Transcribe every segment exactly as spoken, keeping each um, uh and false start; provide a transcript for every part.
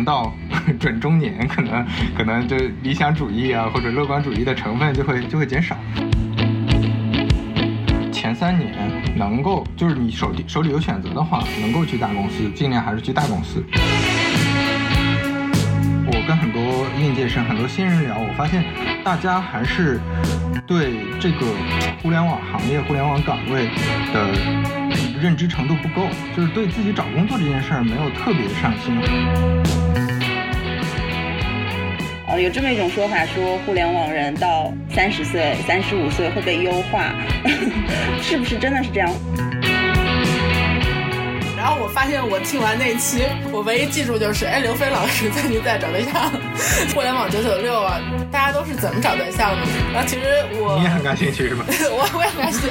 到准中年，可能可能就理想主义啊或者乐观主义的成分就会就会减少。前三年能够就是你手里手里有选择的话，能够去大公司，尽量还是去大公司。我跟很多应届生、很多新人聊，我发现大家还是对这个互联网行业、互联网岗位的认知程度不够，就是对自己找工作这件事儿没有特别上心。 呃，有这么一种说法，说互联网人到三十岁、三十五岁会被优化，是不是真的是这样？ 然后我发现我听完那期，我唯一记住就是，哎，刘飞老师最近在找对象，互联网九九六啊，大家都是怎么找对象的？然后其实我你也很感兴趣是吧？ 我我也很感兴趣。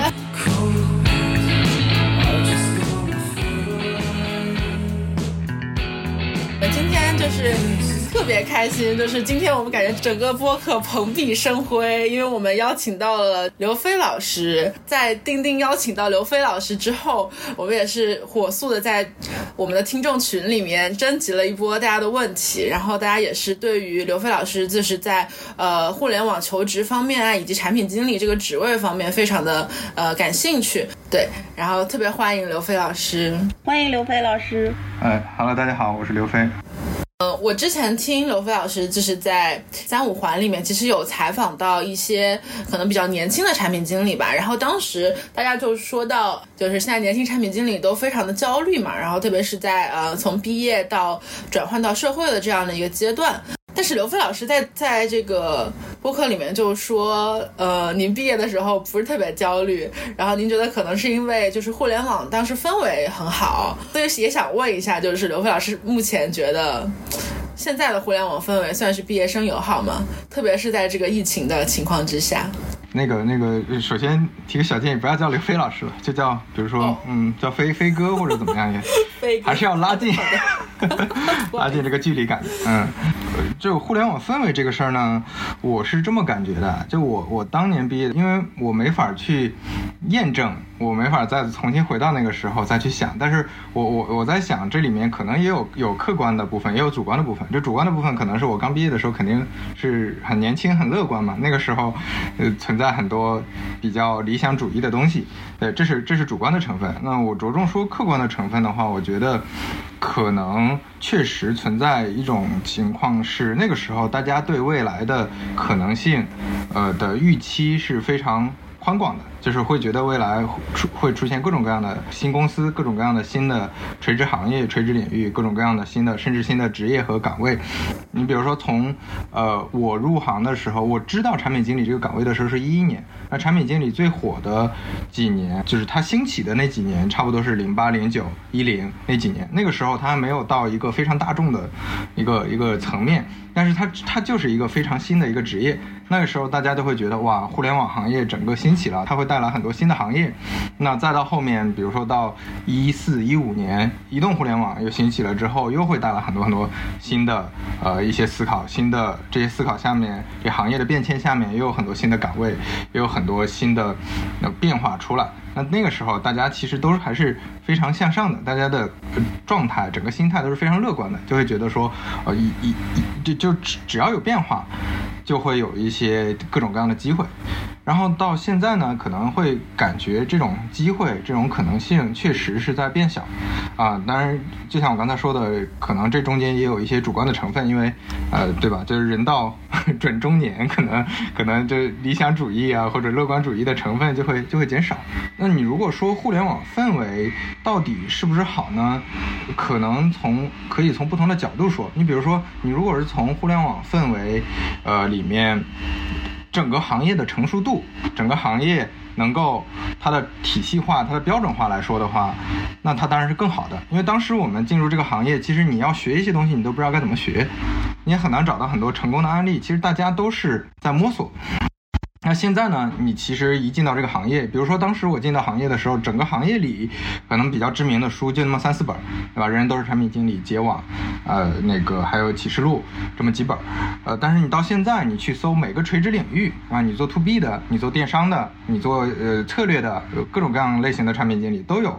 今天就是特别开心，就是今天我们感觉整个播客蓬荜生辉，因为我们邀请到了刘飞老师。在钉钉邀请到刘飞老师之后，我们也是火速的在我们的听众群里面征集了一波大家的问题，然后大家也是对于刘飞老师就是在呃互联网求职方面啊，以及产品经理这个职位方面非常的呃感兴趣。对，然后特别欢迎刘飞老师。 欢迎刘飞老师。 哎 ，Hello， 大家好，我是刘飞。 呃，我之前听刘飞老师就是在三五环里面，其实有采访到一些可能比较年轻的产品经理吧，然后当时大家就说到，就是现在年轻产品经理都非常的焦虑嘛，然后特别是在呃从毕业到转换到社会的这样的一个阶段。但是刘飞老师在在这个播客里面就说，呃，您毕业的时候不是特别焦虑，然后您觉得可能是因为就是互联网当时氛围很好，所以也想问一下，就是刘飞老师目前觉得现在的互联网氛围算是毕业生友好吗？特别是在这个疫情的情况之下。 那个那个，首先提个小建议，不要叫刘飞老师了，就叫比如说、哦、嗯，叫飞飞哥或者怎么样也，还是要拉近拉近这个距离感。嗯，就互联网氛围这个事儿呢，我是这么感觉的。就我我当年毕业，因为我没法去验证，我没法再重新回到那个时候再去想，但是我我我在想，这里面可能也有有客观的部分，也有主观的部分。这主观的部分可能是我刚毕业的时候肯定是很年轻很乐观嘛，那个时候呃存在很多比较理想主义的东西，对，这是这是主观的成分。那我着重说客观的成分的话，我觉得可能确实存在一种情况是，那个时候大家对未来的可能性呃的预期是非常宽广的，就是会觉得未来会出现各种各样的新公司，各种各样的新的垂直行业、垂直领域，各种各样的新的甚至新的职业和岗位。你比如说从呃我入行的时候，我知道产品经理这个岗位的时候是一一年，那产品经理最火的几年，就是它兴起的那几年，差不多是零八、零九、一零那几年。那个时候它还没有到一个非常大众的一个一个层面，但是它它就是一个非常新的一个职业。那个时候大家都会觉得哇，互联网行业整个兴起了，它会带来很多新的行业。那再到后面，比如说到一四一五年，移动互联网又兴起了之后，又会带来很多很多新的呃一些思考，新的这些思考下面，这行业的变迁下面又有很多新的岗位，也有很多新的呃变化出来。那那个时候大家其实都还是非常向上的，大家的、呃、状态整个心态都是非常乐观的，就会觉得说呃一一就就只只要有变化就会有一些各种各样的机会。然后到现在呢，可能会感觉这种机会这种可能性确实是在变小啊。当然就像我刚才说的，可能这中间也有一些主观的成分，因为呃对吧，就是人到准中年，可能可能就理想主义啊或者乐观主义的成分就会就会减少。那你如果说互联网氛围到底是不是好呢？可能从可以从不同的角度说。你比如说，你如果是从互联网氛围呃里面整个行业的成熟度，整个行业能够它的体系化、它的标准化来说的话，那它当然是更好的。因为当时我们进入这个行业，其实你要学一些东西，你都不知道该怎么学，你也很难找到很多成功的案例。其实大家都是在摸索。那现在呢，你其实一进到这个行业，比如说当时我进到行业的时候，整个行业里可能比较知名的书就那么三四本，对吧？人人都是产品经理、结网，呃，那个还有启示录这么几本，呃，但是你到现在你去搜每个垂直领域啊，你做 to B 的，你做电商的，你做呃策略的，有各种各样类型的产品经理都有很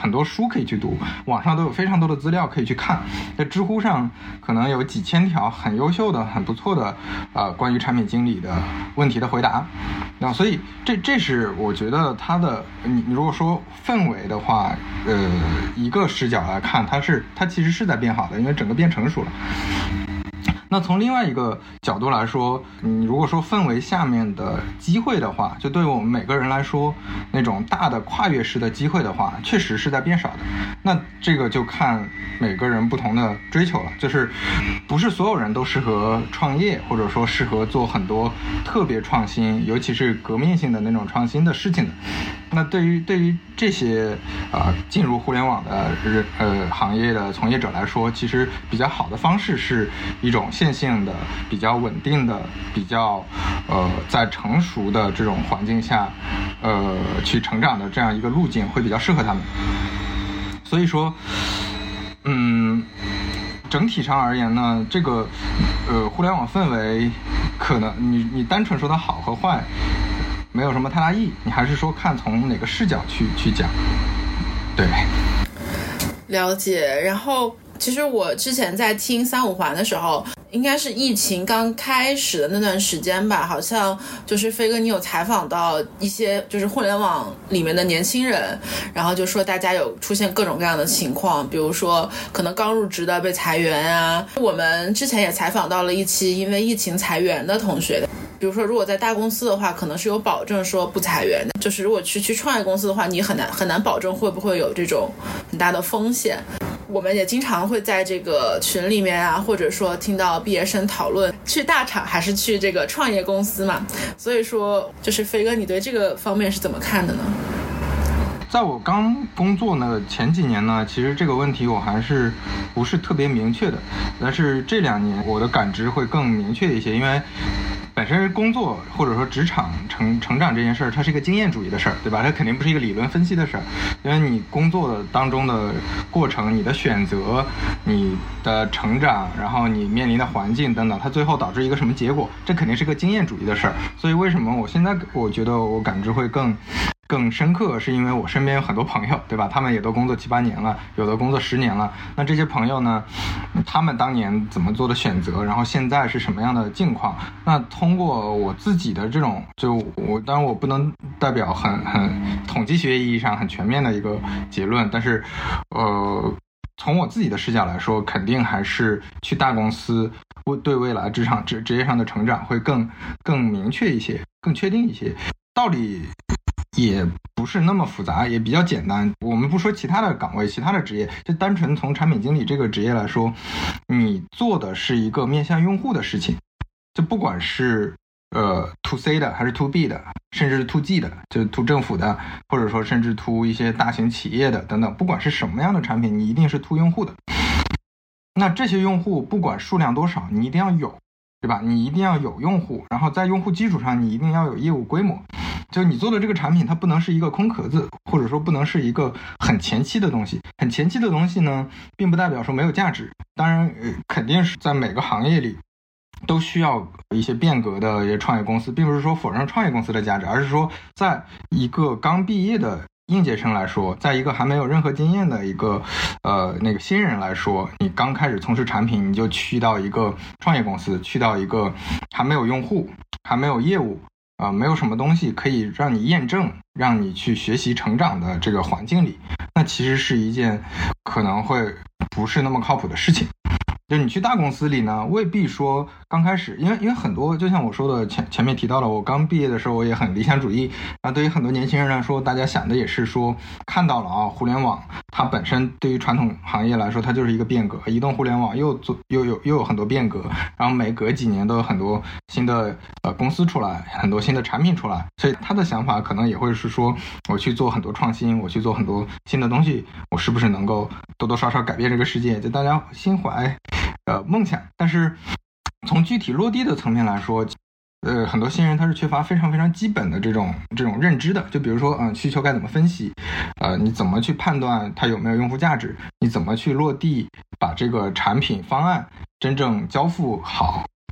很多书可以去读，网上都有非常多的资料可以去看，在知乎上可能有几千条很优秀的很不错的呃关于产品经理的问题的回答。那所以这这是我觉得它的你你如果说氛围的话，呃一个视角来看，它是它其实是在变好的，因为整个变成熟了。那从另外一个角度来说，你如果说氛围下面的机会的话，就对我们每个人来说，那种大的跨越式的机会的话，确实是在变少的。那这个就看每个人不同的追求了，就是不是所有人都适合创业，或者说适合做很多特别创新，尤其是革命性的那种创新的事情的。那对于对于这些呃进入互联网的人呃行业的从业者来说，其实比较好的方式是一种线性的、比较稳定的、比较呃在成熟的这种环境下呃去成长的这样一个路径，会比较适合他们。所以说，嗯，整体上而言呢，这个呃互联网氛围，可能你你单纯说它好和坏，没有什么太大意义，你还是说看从哪个视角去去讲。对， 了解。然后其实我之前在听三五环的时候，应该是疫情刚开始的那段时间吧，好像就是飞哥你有采访到一些就是互联网里面的年轻人，然后就说大家有出现各种各样的情况，比如说可能刚入职的被裁员啊。我们之前也采访到了一期因为疫情裁员的同学，比如说如果在大公司的话可能是有保证说不裁员的，就是如果去去创业公司的话，你很难很难保证会不会有这种很大的风险。我们也经常会在这个群里面啊，或者说听到毕业生讨论去大厂还是去这个创业公司嘛，所以说就是飞哥你对这个方面是怎么看的呢？ 在我刚工作呢前几年呢，其实这个问题我还是不是特别明确的，但是这两年我的感知会更明确一些，因为本身工作或者说职场成成长这件事儿，它是一个经验主义的事儿，对吧？它肯定不是一个理论分析的事儿，因为你工作的当中的过程、你的选择、你的成长，然后你面临的环境等等，它最后导致一个什么结果，这肯定是个经验主义的事儿。所以为什么我现在我觉得我感知会更更深刻，是因为我身边有很多朋友，对吧？他们也都工作七八年了，有的工作十年了。那这些朋友呢，他们当年怎么做的选择，然后现在是什么样的境况？那通过我自己的这种，就我当然我不能代表很很统计学意义上很全面的一个结论，但是呃，从我自己的视角来说，肯定还是去大公司对未来职场职职业上的成长会更更明确一些，更确定一些。道理也不是那么复杂，也比较简单。我们不说其他的岗位、其他的职业，就单纯从产品经理这个职业来说，你做的是一个面向用户的事情，就不管是呃 to C 的还是 to B 的，甚至是 to G 的，就 to 政府的，或者说甚至 to 一些大型企业的等等，不管是什么样的产品，你一定是 to 用户的。那这些用户不管数量多少，你一定要有，对吧？你一定要有用户，然后在用户基础上，你一定要有业务规模。就你做的这个产品，它不能是一个空壳子，或者说不能是一个很前期的东西。很前期的东西呢，并不代表说没有价值。当然，呃、肯定是在每个行业里都需要一些变革的一些创业公司，并不是说否认创业公司的价值，而是说在一个刚毕业的应届生来说，在一个还没有任何经验的一个呃那个新人来说，你刚开始从事产品，你就去到一个创业公司，去到一个还没有用户、还没有业务啊、呃，没有什么东西可以让你验证、让你去学习成长的这个环境里，那其实是一件可能会不是那么靠谱的事情。就你去大公司里呢，未必说刚开始，因为因为很多，就像我说的前前面提到了，我刚毕业的时候我也很理想主义，那对于很多年轻人来说，大家想的也是说看到了啊，互联网它本身对于传统行业来说，它就是一个变革，移动互联网又做又有又有很多变革，然后每隔几年都有很多新的呃公司出来，很多新的产品出来，所以他的想法可能也会是说，我去做很多创新，我去做很多新的东西，我是不是能够多多少少改变这个世界？就大家心怀呃梦想，但是从具体落地的层面来说，呃，很多新人他是缺乏非常非常基本的这种这种认知的。就比如说，嗯、呃，需求该怎么分析，呃，你怎么去判断它有没有用户价值，你怎么去落地把这个产品方案真正交付好，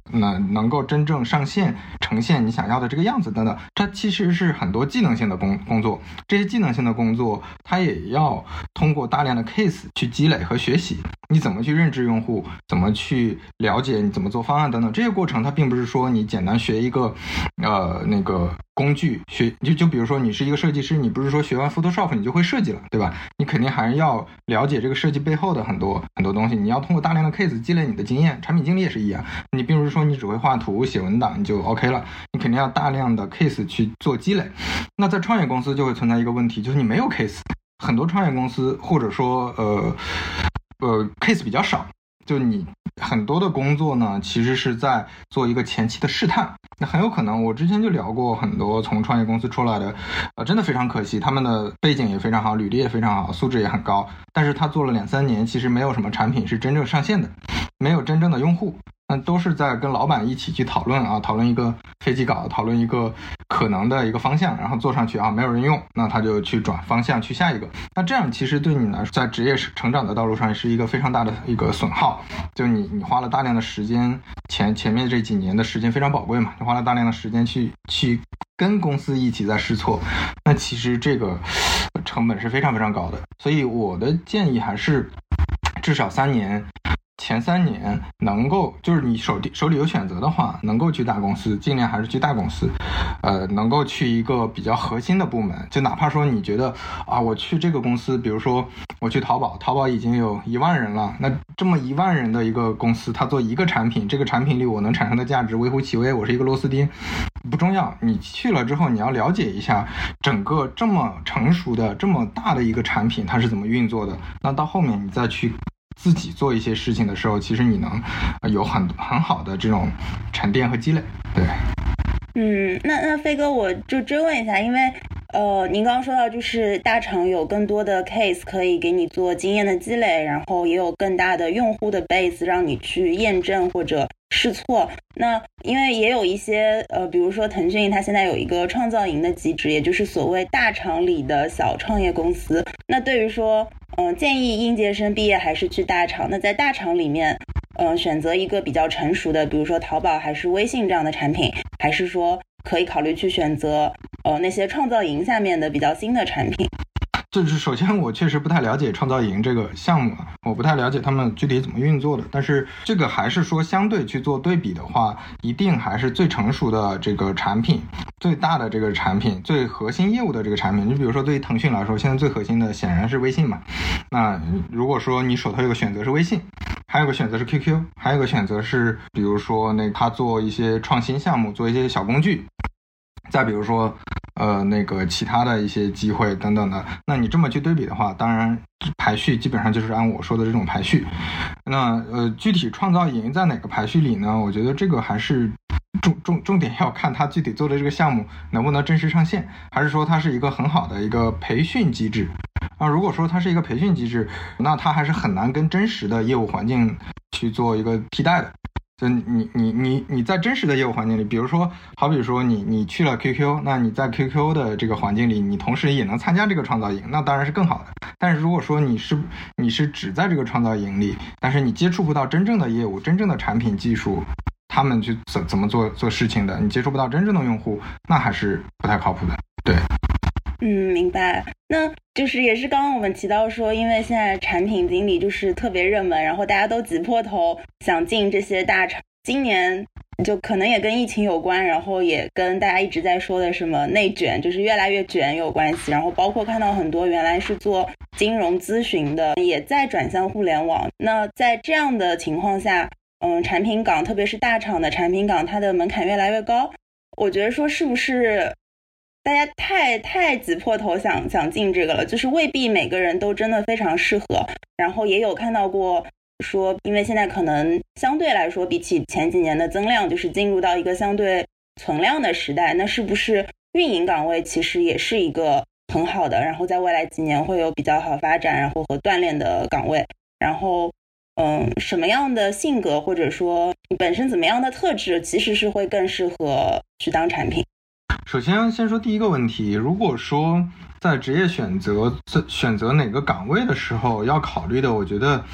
能能够真正上线呈现你想要的这个样子等等，它其实是很多技能性的工工作。这些技能性的工作它也要通过大量的 case 去积累和学习，你怎么去认知用户，怎么去了解你怎么做方案等等，这些过程它并不是说你简单学一个呃那个工具学，就就比如说你是一个设计师，你不是说学完 Photoshop 你就会设计了，对吧？你肯定还是要了解这个设计背后的很多很多东西，你要通过大量的 case 积累你的经验。产品经理也是一样，你并不是说你只会画图写文档你就 OK 了，你肯定要大量的 case 去做积累。那在创业公司就会存在一个问题，就是你没有 case， 很多创业公司或者说呃呃 case 比较少，就你很多的工作呢其实是在做一个前期的试探。那很有可能我之前就聊过很多从创业公司出来的呃，真的非常可惜，他们的背景也非常好，履历也非常好，素质也很高，但是他做了两三年其实没有什么产品是真正上线的，没有真正的用户，那都是在跟老板一起去讨论啊，讨论一个飞机稿，讨论一个可能的一个方向，然后做上去啊，没有人用，那他就去转方向去下一个。那这样其实对你来说在职业成长的道路上是一个非常大的一个损耗，就你你花了大量的时间，前前面这几年的时间非常宝贵嘛，你花了大量的时间去去跟公司一起在试错，那其实这个成本是非常非常高的。所以我的建议还是至少三年，前三年能够就是你手里手里有选择的话，能够去大公司，尽量还是去大公司，呃，能够去一个比较核心的部门。就哪怕说你觉得啊，我去这个公司，比如说我去淘宝，淘宝已经有一万人了，那这么一万人的一个公司，它做一个产品，这个产品里我能产生的价值微乎其微，我是一个螺丝钉，不重要。你去了之后，你要了解一下整个这么成熟的、这么大的一个产品它是怎么运作的。那到后面你再去自己做一些事情的时候，其实你能有很很好的这种沉淀和积累。对， 嗯，那那飞哥，我就追问一下，因为呃，您刚刚说到就是大厂有更多的 case 可以给你做经验的积累，然后也有更大的用户的 base 让你去验证或者试错。那因为也有一些呃，比如说腾讯它现在有一个创造营的机制，也就是所谓大厂里的小创业公司。那对于说嗯、呃，建议应届生毕业还是去大厂，那在大厂里面嗯、呃，选择一个比较成熟的，比如说淘宝还是微信这样的产品，还是说可以考虑去选择呃那些创造营下面的比较新的产品。 就是首先我确实不太了解创造营这个项目啊，我不太了解他们具体怎么运作的，但是这个还是说相对去做对比的话，一定还是最成熟的这个产品，最大的这个产品，最核心业务的这个产品。就比如说对于腾讯来说，现在最核心的显然是微信嘛。那如果说你手头有个选择是微信，还有个选择是 Q Q， 还有个选择是比如说那他做一些创新项目，做一些小工具，再比如说呃，那个其他的一些机会等等的，那你这么去对比的话，当然排序基本上就是按我说的这种排序。那呃，具体创造营在哪个排序里呢？我觉得这个还是重重重点要看他具体做的这个项目能不能真实上线，还是说它是一个很好的一个培训机制啊。如果说它是一个培训机制，那它还是很难跟真实的业务环境去做一个替代的。就你你你你在真实的业务环境里，比如说好比说你你去了 Q Q， 那你在 Q Q 的这个环境里，你同时也能参加这个创造营，那当然是更好的。但是如果说你是你是只在这个创造营里，但是你接触不到真正的业务、真正的产品技术，他们去怎怎么做做事情的，你接触不到真正的用户，那还是不太靠谱的。对。 嗯，明白。那就是也是刚刚我们提到说，因为现在产品经理就是特别热门，然后大家都挤破头想进这些大厂。今年就可能也跟疫情有关，然后也跟大家一直在说的什么内卷，就是越来越卷有关系。然后包括看到很多原来是做金融咨询的，也在转向互联网。那在这样的情况下，嗯，产品岗，特别是大厂的产品岗，它的门槛越来越高。我觉得说是不是大家太太挤破头想想进这个了，就是未必每个人都真的非常适合。然后也有看到过说，因为现在可能相对来说比起前几年的增量，就是进入到一个相对存量的时代，那是不是运营岗位其实也是一个很好的，然后在未来几年会有比较好发展然后和锻炼的岗位。然后嗯，什么样的性格或者说你本身怎么样的特质其实是会更适合去当产品？ 首先先说第一个问题，如果说在职业选择选择哪个岗位的时候要考虑的，我觉得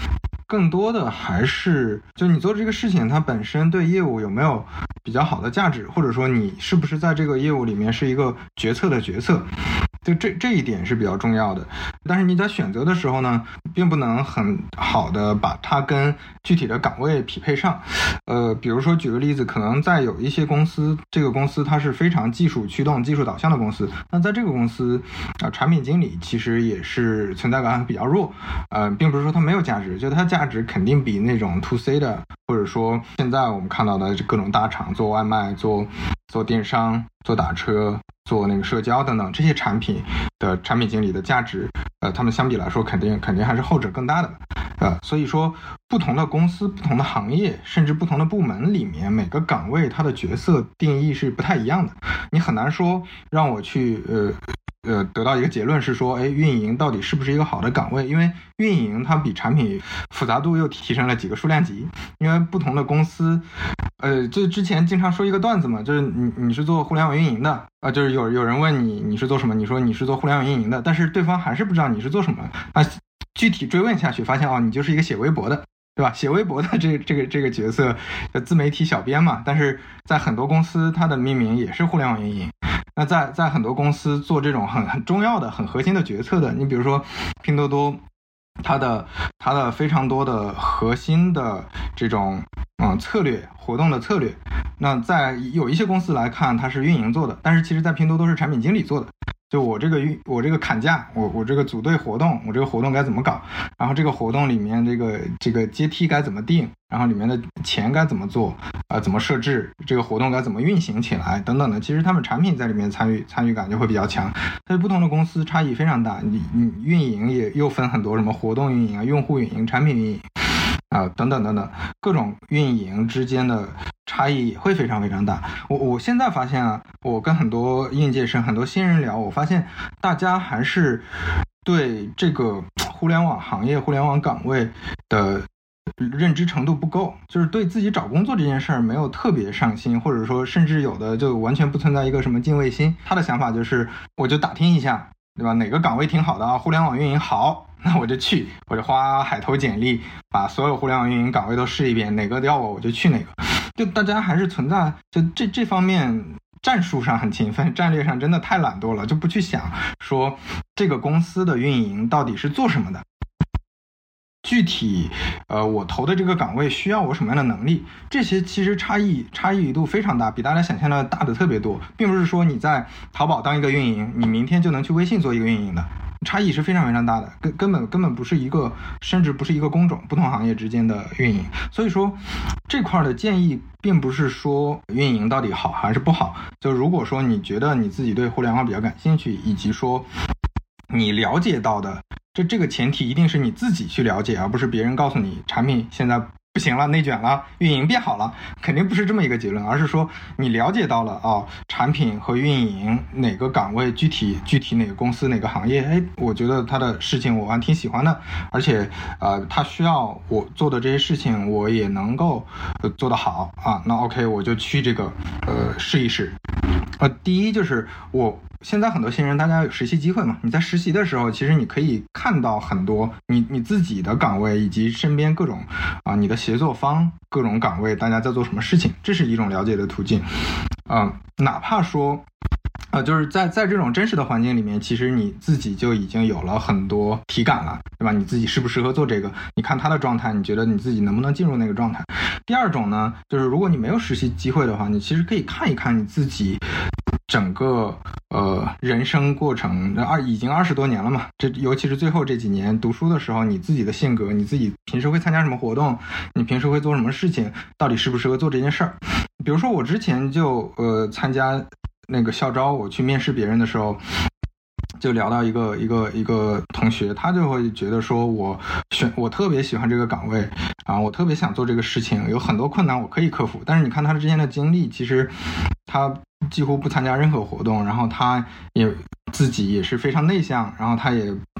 更多的还是就你做这个事情它本身对业务有没有比较好的价值，或者说你是不是在这个业务里面是一个决策的角色，就这这一点是比较重要的。但是你在选择的时候呢，并不能很好的把它跟具体的岗位匹配上。呃，比如说举个例子，可能在有一些公司，这个公司它是非常技术驱动、技术导向的公司，那在这个公司啊、呃，产品经理其实也是存在感比较弱。呃，并不是说它没有价值，就它价值肯定比那种 to C 的，或者说现在我们看到的各种大厂做外卖、做做电商、做打车、做那个社交等等这些产品的产品经理的价值，呃，他们相比来说肯定肯定还是后者更大的。呃，所以说不同的公司、不同的行业，甚至不同的部门里面，每个岗位它的角色定义是不太一样的。你很难说让我去呃。呃，得到一个结论是说，哎，运营到底是不是一个好的岗位？因为运营它比产品复杂度又提升了几个数量级。因为不同的公司，呃，就之前经常说一个段子嘛，就是你你是做互联网运营的啊、呃，就是有有人问你你是做什么，你说你是做互联网运营的，但是对方还是不知道你是做什么啊。具体追问下去，发现哦，你就是一个写微博的。对吧？写微博的这这个这个角色，自媒体小编嘛，但是在很多公司，它的命名也是互联网运营。那在在很多公司做这种很很重要的、很核心的决策的，你比如说拼多多，它的它的非常多的核心的这种嗯策略活动的策略，那在有一些公司来看，它是运营做的，但是其实在拼多多是产品经理做的。就我这个运，我这个砍价，我我这个组队活动，我这个活动该怎么搞？然后这个活动里面这个这个阶梯该怎么定？然后里面的钱该怎么做？啊、呃，怎么设置？这个活动该怎么运行起来？等等的，其实他们产品在里面参与参与感就会比较强。所以不同的公司差异非常大，你你运营也又分很多，什么活动运营啊、用户运营、产品运营。啊、呃，等等等等，各种运营之间的差异也会非常非常大。我我现在发现啊，我跟很多应届生、很多新人聊，我发现大家还是对这个互联网行业、互联网岗位的认知程度不够，就是对自己找工作这件事儿没有特别上心，或者说甚至有的就完全不存在一个什么敬畏心。他的想法就是，我就打听一下，对吧？哪个岗位挺好的啊？互联网运营好。那我就去，我就花海投简历，把所有互联网运营岗位都试一遍，哪个要我我就去哪个。就大家还是存在就这这方面战术上很勤奋，战略上真的太懒惰了，就不去想说这个公司的运营到底是做什么的。具体，呃，我投的这个岗位需要我什么样的能力？这些其实差异差异度非常大，比大家想象的大的特别多，并不是说你在淘宝当一个运营，你明天就能去微信做一个运营的。差异是非常非常大的，根根本根本不是一个，甚至不是一个工种，不同行业之间的运营。所以说，这块的建议并不是说运营到底好还是不好。就如果说你觉得你自己对互联网比较感兴趣，以及说你了解到的，这这个前提一定是你自己去了解，而不是别人告诉你产品现在不行了，内卷了，运营变好了，肯定不是这么一个结论，而是说你了解到了哦，产品和运营哪个岗位，具体具体哪个公司哪个行业，哎，我觉得他的事情我还挺喜欢的，而且呃，他需要我做的这些事情，我也能够、呃、做得好啊，那 OK 我就去这个呃试一试。呃，第一就是我现在很多新人大家有实习机会嘛，你在实习的时候，其实你可以看到很多你你自己的岗位以及身边各种啊、呃、你的协作方各种岗位大家在做什么事情，这是一种了解的途径。嗯、呃，哪怕说呃，就是在在这种真实的环境里面，其实你自己就已经有了很多体感了，对吧？你自己适不适合做这个？你看他的状态，你觉得你自己能不能进入那个状态？第二种呢，就是如果你没有实习机会的话，你其实可以看一看你自己整个呃人生过程，二已经二十多年了嘛，这尤其是最后这几年读书的时候，你自己的性格，你自己平时会参加什么活动，你平时会做什么事情，到底适不适合做这件事儿？比如说我之前就呃参加那个校招，我去面试别人的时候，就聊到一个一个一个同学，他就会觉得说我选我特别喜欢这个岗位啊，我特别想做这个事情，有很多困难我可以克服，但是你看他之前的经历，其实他几乎不参加任何活动，然后他也自己也是非常内向，然后他也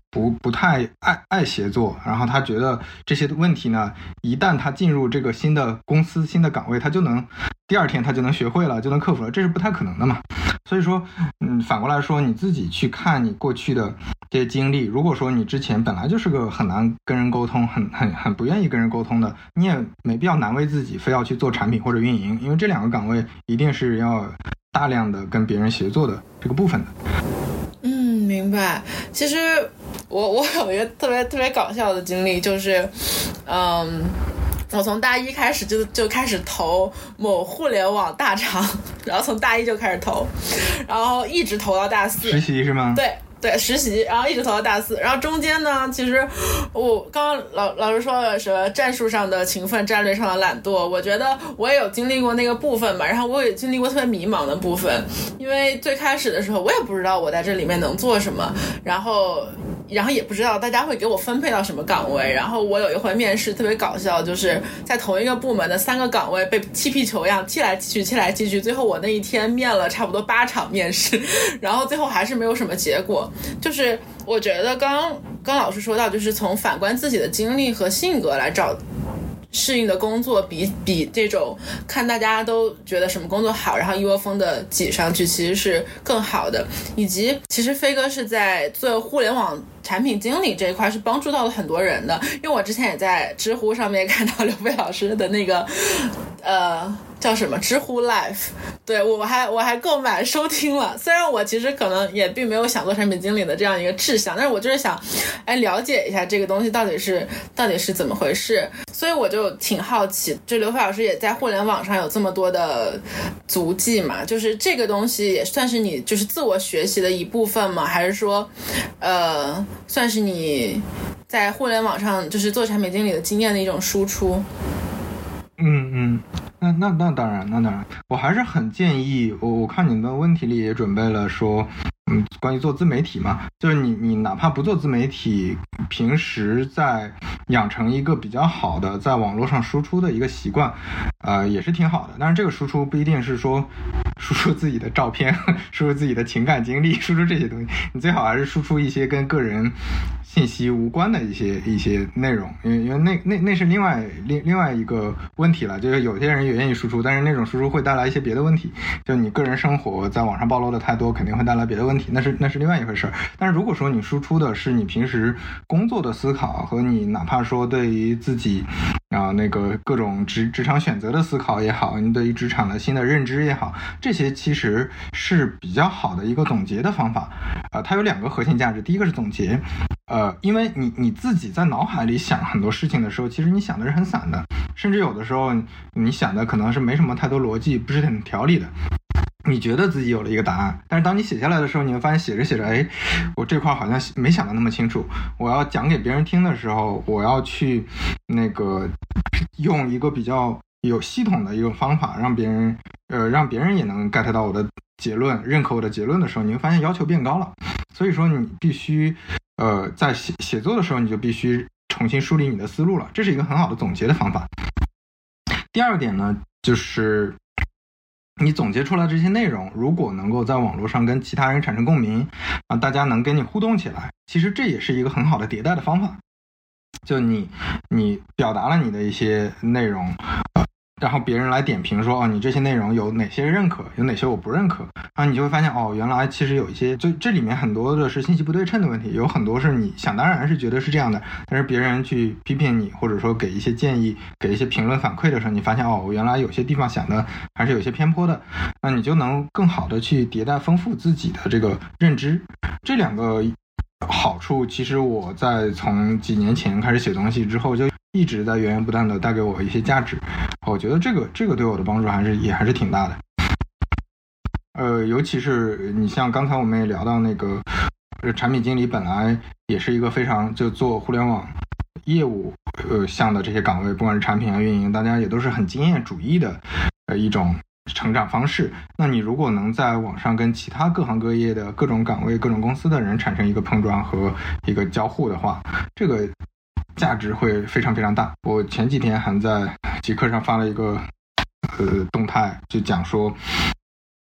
不不太爱爱协作，然后他觉得这些问题呢，一旦他进入这个新的公司新的岗位，他就能第二天他就能学会了，就能克服了，这是不太可能的嘛。所以说嗯，反过来说，你自己去看你过去的这些经历，如果说你之前本来就是个很难跟人沟通很很很不愿意跟人沟通的，你也没必要难为自己非要去做产品或者运营，因为这两个岗位一定是要大量的跟别人协作的这个部分的。 嗯，明白。其实我我有一个特别特别搞笑的经历，就是嗯我从大一开始就就开始投某互联网大厂，然后从大一就开始投，然后一直投到大四。 实习是吗？ 对对，实习，然后一直投到大四，然后中间呢，其实我刚刚老老师说了什么战术上的勤奋，战略上的懒惰，我觉得我也有经历过那个部分吧，然后我也经历过特别迷茫的部分，因为最开始的时候我也不知道我在这里面能做什么，然后然后也不知道大家会给我分配到什么岗位，然后我有一回面试特别搞笑，就是在同一个部门的三个岗位被踢皮球一样踢来踢去踢来踢去，最后我那一天面了差不多八场面试，然后最后还是没有什么结果。就是我觉得刚刚老师说到，就是从反观自己的经历和性格来找适应的工作，比比这种看大家都觉得什么工作好，然后一窝蜂的挤上去，其实是更好的。以及其实飞哥是在做互联网产品经理这一块是帮助到了很多人的，因为我之前也在知乎上面看到刘飞老师的那个呃叫什么知乎 Live， 对，我还我还购买收听了，虽然我其实可能也并没有想做产品经理的这样一个志向，但是我就是想哎了解一下这个东西到底是到底是怎么回事，所以我就挺好奇，就刘飞老师也在互联网上有这么多的足迹嘛，就是这个东西也算是你就是自我学习的一部分吗？还是说呃算是你在互联网上就是做产品经理的经验的一种输出？ 嗯嗯，那那那当然，那当然，我还是很建议，我我看你的问题里也准备了说，嗯，关于做自媒体嘛，就是你你哪怕不做自媒体，平时在养成一个比较好的在网络上输出的一个习惯，呃，也是挺好的。但是这个输出不一定是说输出自己的照片，输出自己的情感经历，输出这些东西，你最好还是输出一些跟个人信息无关的一些一些内容，因为因为那那那是另外另另外一个问题了，就是有些人也愿意输出，但是那种输出会带来一些别的问题，就你个人生活在网上暴露的太多，肯定会带来别的问题，那是那是另外一回事儿。但是如果说你输出的是你平时工作的思考和你哪怕说对于自己啊、呃、那个各种职职场选择的思考也好，你对于职场的新的认知也好，这些其实是比较好的一个总结的方法。呃，它有两个核心价值，第一个是总结。呃，因为你你自己在脑海里想很多事情的时候，其实你想的是很散的，甚至有的时候你想的可能是没什么太多逻辑，不是很条理的。你觉得自己有了一个答案，但是当你写下来的时候，你会发现写着写着，哎，我这块好像没想的那么清楚。我要讲给别人听的时候，我要去那个用一个比较有系统的一个方法，让别人呃让别人也能 get 到我的结论，认可我的结论的时候，你会发现要求变高了。所以说你必须呃在写写作的时候，你就必须重新梳理你的思路了，这是一个很好的总结的方法。第二个点呢，就是你总结出来这些内容，如果能够在网络上跟其他人产生共鸣，啊，大家能跟你互动起来，其实这也是一个很好的迭代的方法。就你你表达了你的一些内容，呃，然后别人来点评说，哦，你这些内容有哪些认可，有哪些我不认可，然后你就会发现，哦，原来其实有一些，就这里面很多的是信息不对称的问题，有很多是你想当然是觉得是这样的，但是别人去批评你，或者说给一些建议，给一些评论反馈的时候，你发现，哦，原来有些地方想的还是有些偏颇的，那你就能更好的去迭代丰富自己的这个认知。这两个好处其实我在从几年前开始写东西之后，就一直在源源不断的带给我一些价值，我觉得这个这个对我的帮助还是也还是挺大的。呃，尤其是你像刚才我们也聊到那个产品经理本来也是一个非常就做互联网业务呃项的这些岗位，不管是产品啊运营，大家也都是很经验主义的呃一种成长方式。那你如果能在网上跟其他各行各业的各种岗位各种公司的人产生一个碰撞和一个交互的话，这个价值会非常非常大。我前几天还在极客上发了一个呃动态，就讲说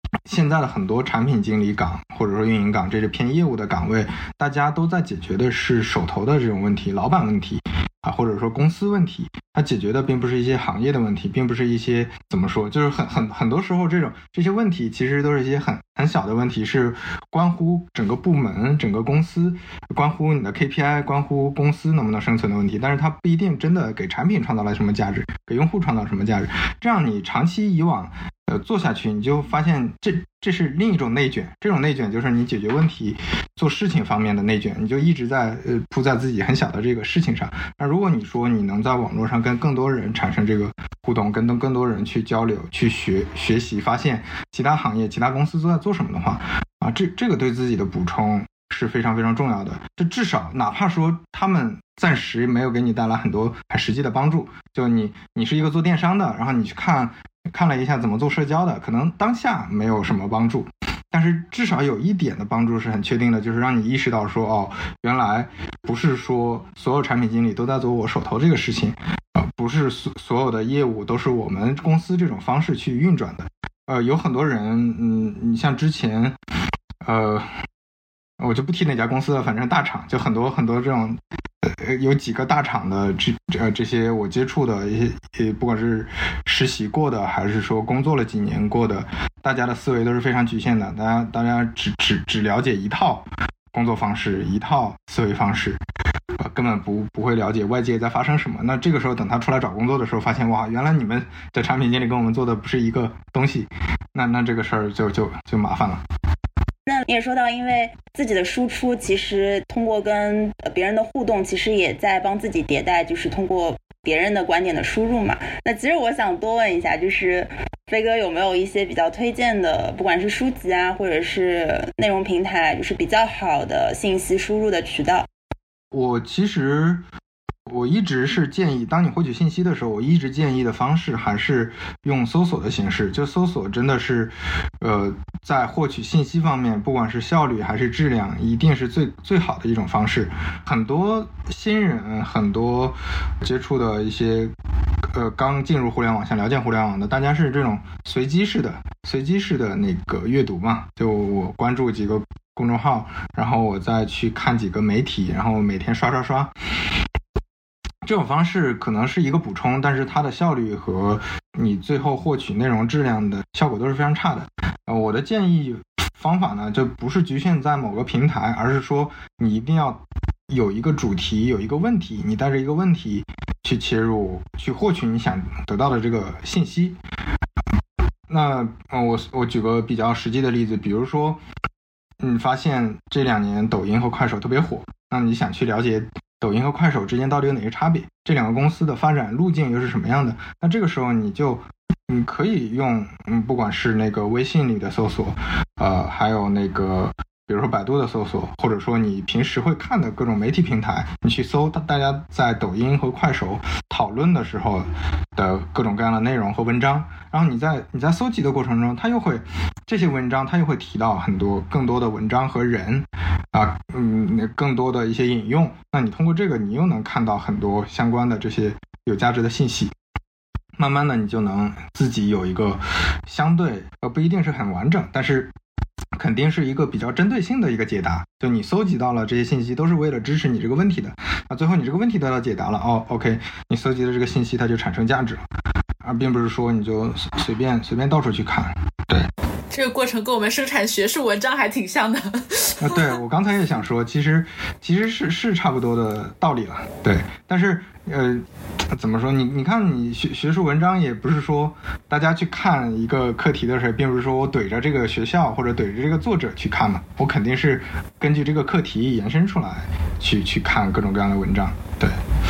现在的很多产品经理岗或者说运营岗，这是偏业务的岗位，大家都在解决的是手头的这种问题，老板问题啊，或者说公司问题，它解决的并不是一些行业的问题，并不是一些怎么说，就是很很很多时候这种这些问题其实都是一些很很小的问题，是关乎整个部门、整个公司，关乎你的 K P I， 关乎公司能不能生存的问题，但是它不一定真的给产品创造了什么价值，给用户创造什么价值。这样你长期以往呃做下去，你就发现这这是另一种内卷，这种内卷就是你解决问题、做事情方面的内卷，你就一直在呃扑在自己很小的这个事情上。那如果你说你能在网络上跟更多人产生这个互动，跟更多人去交流、去学学习，发现其他行业、其他公司都在做什么的话，啊，这这个对自己的补充是非常非常重要的。这至少哪怕说他们暂时没有给你带来很多很实际的帮助，就你你是一个做电商的，然后你去看看了一下怎么做社交的，可能当下没有什么帮助，但是至少有一点的帮助是很确定的，就是让你意识到说，哦，原来不是说所有产品经理都在做我手头这个事情，呃，不是所所有的业务都是我们公司这种方式去运转的。呃，有很多人，嗯，你像之前，呃，我就不提哪家公司了，反正大厂就很多很多这种。呃，有几个大厂的这呃这些我接触的一些，不管是实习过的，还是说工作了几年过的，大家的思维都是非常局限的。大家大家只只只了解一套工作方式，一套思维方式，呃，根本不不会了解外界在发生什么。那这个时候等他出来找工作的时候，发现哇，原来你们的产品经理跟我们做的不是一个东西，那那这个事儿就就就麻烦了。 那你也说到，因为自己的输出其实通过跟别人的互动，其实也在帮自己迭代，就是通过别人的观点的输入嘛。那其实我想多问一下，就是飞哥有没有一些比较推荐的，不管是书籍啊，或者是内容平台，就是比较好的信息输入的渠道？ 我其实我一直是建议，当你获取信息的时候，我一直建议的方式还是用搜索的形式。就搜索真的是呃在获取信息方面，不管是效率还是质量，一定是最最好的一种方式。很多新人，很多接触的一些呃刚进入互联网想了解互联网的，大家是这种随机式的随机式的那个阅读嘛，就我关注几个公众号，然后我再去看几个媒体，然后每天刷刷刷。这种方式可能是一个补充，但是它的效率和你最后获取内容质量的效果都是非常差的。呃，我的建议方法呢，就不是局限在某个平台，而是说你一定要有一个主题，有一个问题，你带着一个问题去切入，去获取你想得到的这个信息。那呃，我我举个比较实际的例子，比如说你发现这两年抖音和快手特别火，那你想去了解抖音和快手之间到底有哪些差别，这两个公司的发展路径又是什么样的，那这个时候你就你可以用嗯，不管是那个微信里的搜索，呃，还有那个比如说百度的搜索，或者说你平时会看的各种媒体平台，你去搜大家在抖音和快手讨论的时候的各种各样的内容和文章，然后你在你在搜集的过程中，它又会这些文章它又会提到很多更多的文章和人啊，嗯，更多的一些引用，那你通过这个你又能看到很多相关的这些有价值的信息，慢慢的你就能自己有一个相对呃不一定是很完整，但是肯定是一个比较针对性的一个解答，就你搜集到了这些信息都是为了支持你这个问题的，那最后你这个问题得到解答了，哦 OK， 你搜集的这个信息它就产生价值了，而并不是说你就随便随便到处去看。对， 这个过程跟我们生产学术文章还挺像的。 啊，对，我刚才也想说，其实其实是是差不多的道理了，对。但是呃，怎么说？你你看，你学学术文章也不是说大家去看一个课题的时候，并不是说我怼着这个学校或者怼着这个作者去看嘛，我肯定是根据这个课题延伸出来去去看各种各样的文章，对。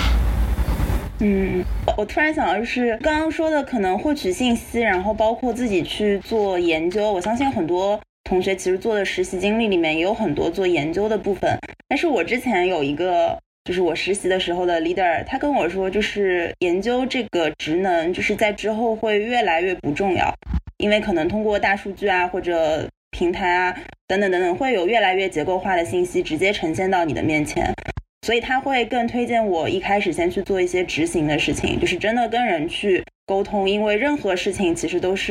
嗯，我突然想到，就是刚刚说的，可能获取信息，然后包括自己去做研究。我相信很多同学其实做的实习经历里面也有很多做研究的部分。但是我之前有一个，就是我实习的时候的 leader， 他跟我说，就是研究这个职能，就是在之后会越来越不重要，因为可能通过大数据啊或者平台啊等等等等，会有越来越结构化的信息直接呈现到你的面前。所以他会更推荐我一开始先去做一些执行的事情，就是真的跟人去沟通，因为任何事情其实都是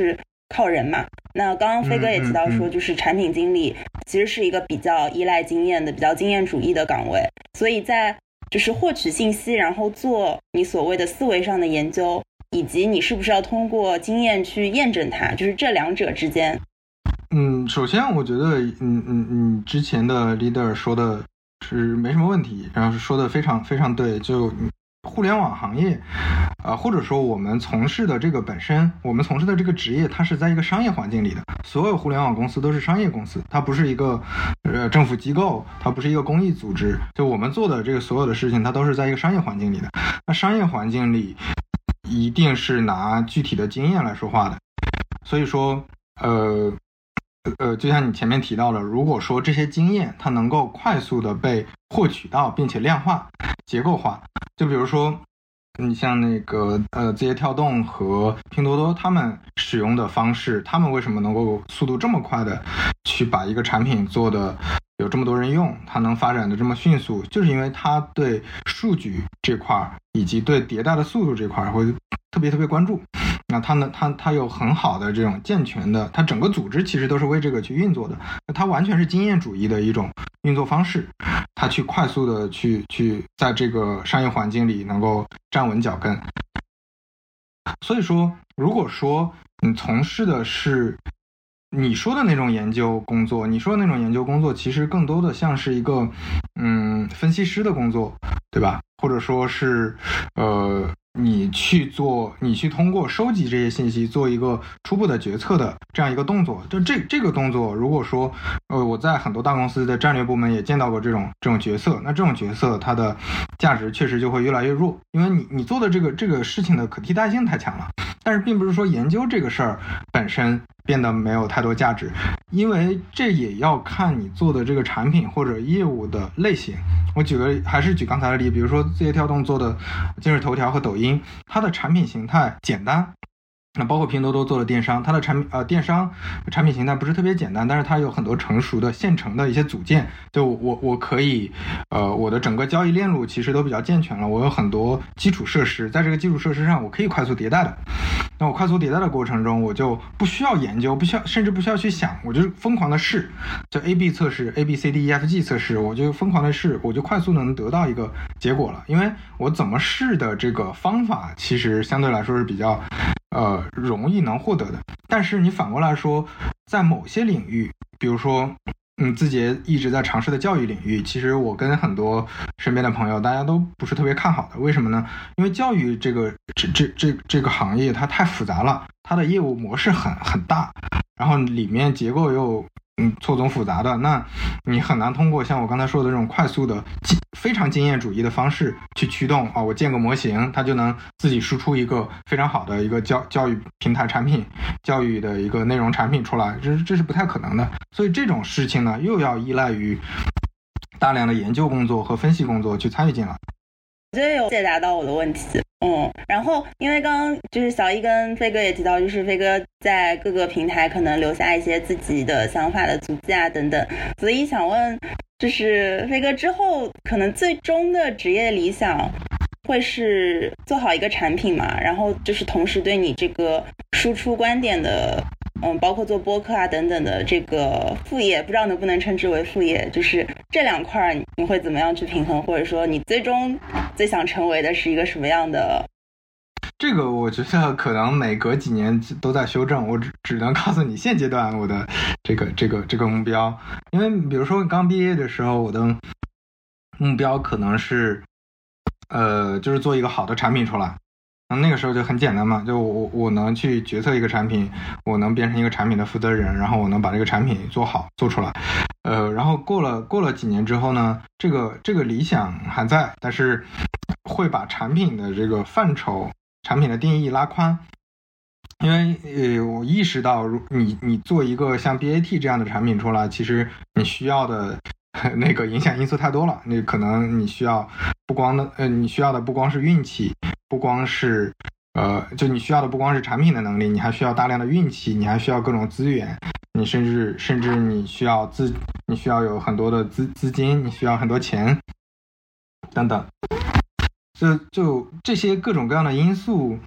靠人嘛。那刚刚飞哥也提到说，就是产品经理其实是一个比较依赖经验的、比较经验主义的岗位，所以在就是获取信息，然后做你所谓的思维上的研究，以及你是不是要通过经验去验证它，就是这两者之间。 嗯，首先我觉得，嗯嗯嗯，之前的 leader 说的是没什么问题，然后是说的非常非常对。就互联网行业，呃，或者说我们从事的这个本身，我们从事的这个职业，它是在一个商业环境里的。所有互联网公司都是商业公司，它不是一个呃政府机构，它不是一个公益组织。就我们做的这个所有的事情，它都是在一个商业环境里的。那商业环境里一定是拿具体的经验来说话的。所以说，呃。呃，就像你前面提到的，如果说这些经验它能够快速的被获取到，并且量化、结构化，就比如说，你像那个呃字节跳动和拼多多，他们使用的方式，他们为什么能够速度这么快的去把一个产品做的有这么多人用，它能发展的这么迅速，就是因为它对数据这块以及对迭代的速度这块会特别特别关注。那它呢，它它有很好的这种健全的，它整个组织其实都是为这个去运作的，它完全是经验主义的一种运作方式，它去快速的去去在这个商业环境里能够站稳脚跟。所以说，如果说你从事的是你说的那种研究工作，你说的那种研究工作其实更多的像是一个嗯分析师的工作，对吧？或者说是呃你去做，你去通过收集这些信息做一个初步的决策的这样一个动作。就这这个动作，如果说呃我在很多大公司的战略部门也见到过这种这种角色，那这种角色它的价值确实就会越来越弱，因为你你做的这个这个事情的可替代性太强了。但是并不是说研究这个事儿本身变得没有太多价值，因为这也要看你做的这个产品或者业务的类型。我举个还是举刚才的例，比如说字节跳动做的今日头条和抖音，它的产品形态简单，那包括拼多多做的电商，它的产品呃电商产品形态不是特别简单，但是它有很多成熟的现成的一些组件，就我我可以呃我的整个交易链路其实都比较健全了，我有很多基础设施，在这个基础设施上我可以快速迭代的。那我快速迭代的过程中，我就不需要研究，不需要甚至不需要去想，我就疯狂的试，就 A B 测试 A B C D E F G 测试，我就疯狂的试，我就快速能得到一个结果了。因为我怎么试的这个方法其实相对来说是比较呃容易能获得的。但是你反过来说，在某些领域，比如说嗯，字节一直在尝试的教育领域，其实我跟很多身边的朋友，大家都不是特别看好的。为什么呢？因为教育这个这这这这个行业它太复杂了，它的业务模式很很大，然后里面结构又嗯错综复杂的，那你很难通过像我刚才说的这种快速的非常经验主义的方式去驱动啊、哦，我建个模型，它就能自己输出一个非常好的一个教教育平台产品、教育的一个内容产品出来，这这是不太可能的。所以这种事情呢，又要依赖于大量的研究工作和分析工作去参与进来。 我觉得有解答到我的问题。嗯，然后因为刚刚就是小一跟飞哥也提到，就是飞哥在各个平台可能留下一些自己的想法的足迹啊等等，所以想问，就是飞哥之后可能最终的职业理想会是做好一个产品嘛？然后就是同时对你这个输出观点的，嗯，包括做播客啊等等的这个副业，不知道能不能称之为副业，就是这两块你会怎么样去平衡，或者说你最终最想成为的是一个什么样的？ 这个我觉得可能每隔几年都在修正，我只只能告诉你现阶段我的这个这个这个目标。因为比如说刚毕业的时候，我的目标可能是呃就是做一个好的产品出来。那个时候就很简单嘛，就我我能去决策一个产品，我能变成一个产品的负责人，然后我能把这个产品做好做出来。呃，然后过了过了几年之后呢，这个这个理想还在，但是会把产品的这个范畴、产品的定义拉宽。因为呃，我意识到，你你做一个像 B A T 这样的产品出来，其实你需要的那个影响因素太多了。那可能你需要不光的呃，你需要的不光是运气。不光是呃，就你需要的不光是产品的能力，你还需要大量的运气，你还需要各种资源，你甚至甚至你需要资，你需要有很多的资资金，你需要很多钱等等。就就这些各种各样的因素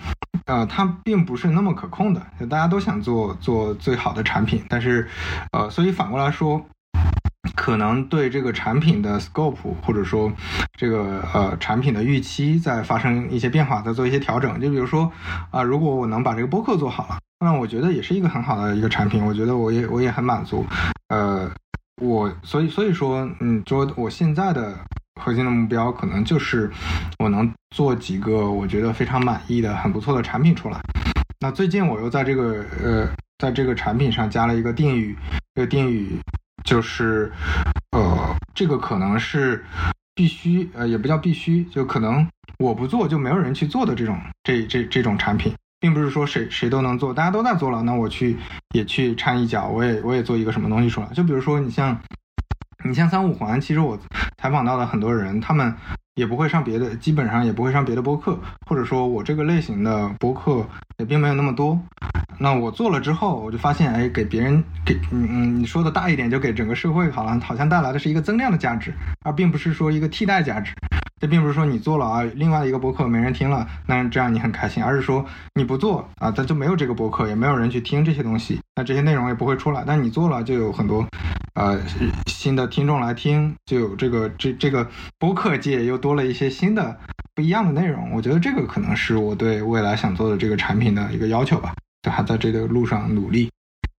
呃，它并不是那么可控的，就大家都想做做最好的产品，但是，呃，所以反过来说，可能对这个产品的 scope 或者说这个呃产品的预期在发生一些变化，在做一些调整。就比如说啊、呃，如果我能把这个播客做好了，那我觉得也是一个很好的一个产品，我觉得我也我也很满足。呃，我所以所以说，嗯，说我现在的核心的目标可能就是我能做几个我觉得非常满意的很不错的产品出来。那最近我又在这个呃在这个产品上加了一个定语，这个定语就是呃这个可能是必须呃也不叫必须，就可能我不做就没有人去做的这种这这这种产品，并不是说谁谁都能做，大家都在做了，那我去也去掺一脚，我也我也做一个什么东西出来。就比如说你像你像三五环，其实我采访到的很多人，他们也不会上别的，基本上也不会上别的播客，或者说我这个类型的播客也并没有那么多。那我做了之后，我就发现，哎，给别人给嗯嗯，你说的大一点，就给整个社会好像好像带来的是一个增量的价值，而并不是说一个替代价值。这并不是说你做了啊，另外一个播客没人听了，那这样你很开心，而是说你不做啊，咱就没有这个播客，也没有人去听这些东西，那这些内容也不会出来。但你做了，就有很多呃新的听众来听，就有这个这这个播客界又多了一些新的不一样的内容。我觉得这个可能是我对未来想做的这个产品的一个要求吧，就还在这个路上努力。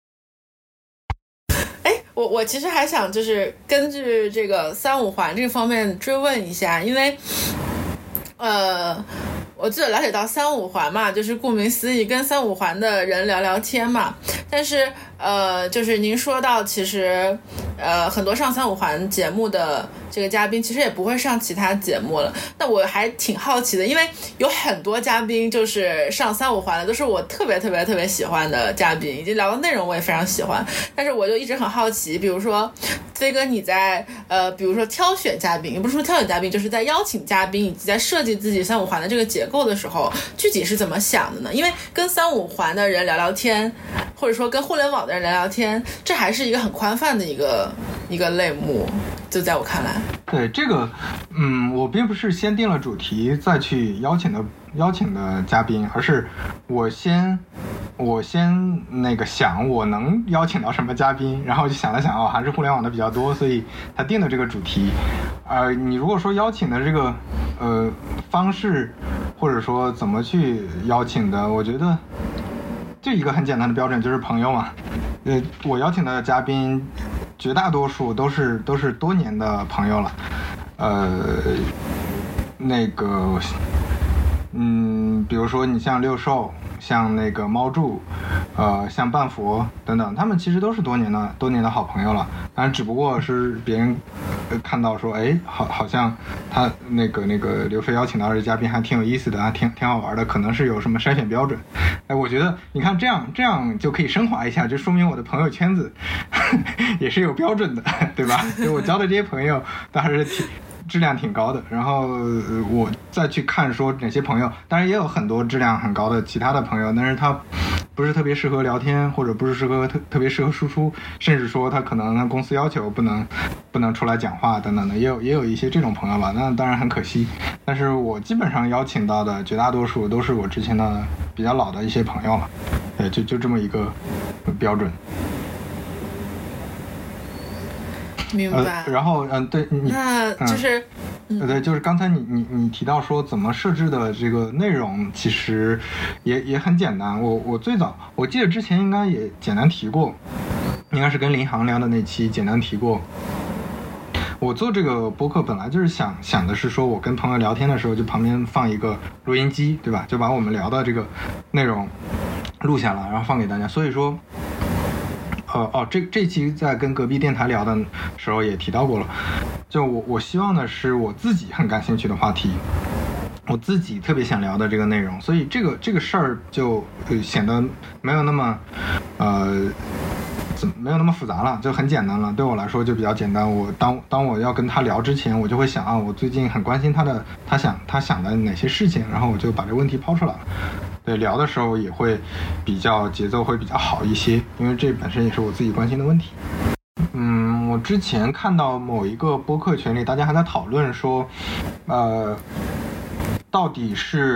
我我其实还想就是根据这个三五环这个方面追问一下，因为呃我记得了解到三五环嘛，就是顾名思义跟三五环的人聊聊天嘛，但是呃就是您说到其实呃很多上三五环节目的这个嘉宾其实也不会上其他节目了，那我还挺好奇的，因为有很多嘉宾就是上三五环的都是我特别特别特别喜欢的嘉宾，以及聊的内容我也非常喜欢，但是我就一直很好奇，比如说飞哥你在呃比如说挑选嘉宾，也不是说挑选嘉宾，就是在邀请嘉宾以及在设计自己三五环的这个结构的时候，具体是怎么想的呢？因为跟三五环的人聊聊天，或者说跟互联网的人聊聊天，这还是一个很宽泛的一个一个类目，就在我看来。 对这个，嗯，我并不是先定了主题再去邀请的邀请的嘉宾，而是我先我先那个想我能邀请到什么嘉宾，然后就想了想，哦，还是互联网的比较多，所以他定的这个主题。呃，你如果说邀请的这个呃方式，或者说怎么去邀请的，我觉得就一个很简单的标准，就是朋友嘛。呃，我邀请的嘉宾绝大多数都是都是多年的朋友了，呃，那个，嗯，比如说你像六兽，像那个猫柱，呃，像半佛等等，他们其实都是多年的多年的好朋友了。当然，只不过是别人看到说，哎，好，好像他那个那个刘飞邀请到的嘉宾还挺有意思的，还挺挺好玩的，可能是有什么筛选标准。哎，我觉得你看这样这样就可以升华一下，就说明我的朋友圈子呵呵也是有标准的，对吧？就我交的这些朋友都还是挺质量挺高的，然后我再去看说哪些朋友，当然也有很多质量很高的其他的朋友，但是他不是特别适合聊天，或者不是适合特特别适合输出，甚至说他可能公司要求不能不能出来讲话等等的，也有也有一些这种朋友吧，那当然很可惜。但是我基本上邀请到的绝大多数都是我之前的比较老的一些朋友了，对，就就这么一个标准。 明白。 呃、然后，嗯、呃，对，你那就是， 嗯，对，就是刚才你你你提到说怎么设置的这个内容，其实也也很简单。我我最早我记得之前应该也简单提过，应该是跟林航聊的那期简单提过。我做这个播客本来就是想想的是说，我跟朋友聊天的时候，就旁边放一个录音机，对吧？就把我们聊的这个内容录下来，然后放给大家。所以说。呃哦，这这期在跟隔壁电台聊的时候也提到过了，就我我希望的是我自己很感兴趣的话题，我自己特别想聊的这个内容，所以这个这个事儿就显得没有那么呃没有那么复杂了，就很简单了。对我来说就比较简单。我当当我要跟他聊之前，我就会想啊，我最近很关心他的，他想他想的哪些事情，然后我就把这个问题抛出来了。对，聊的时候也会比较节奏会比较好一些，因为这本身也是我自己关心的问题。嗯，我之前看到某一个播客群里，大家还在讨论说，呃，到底是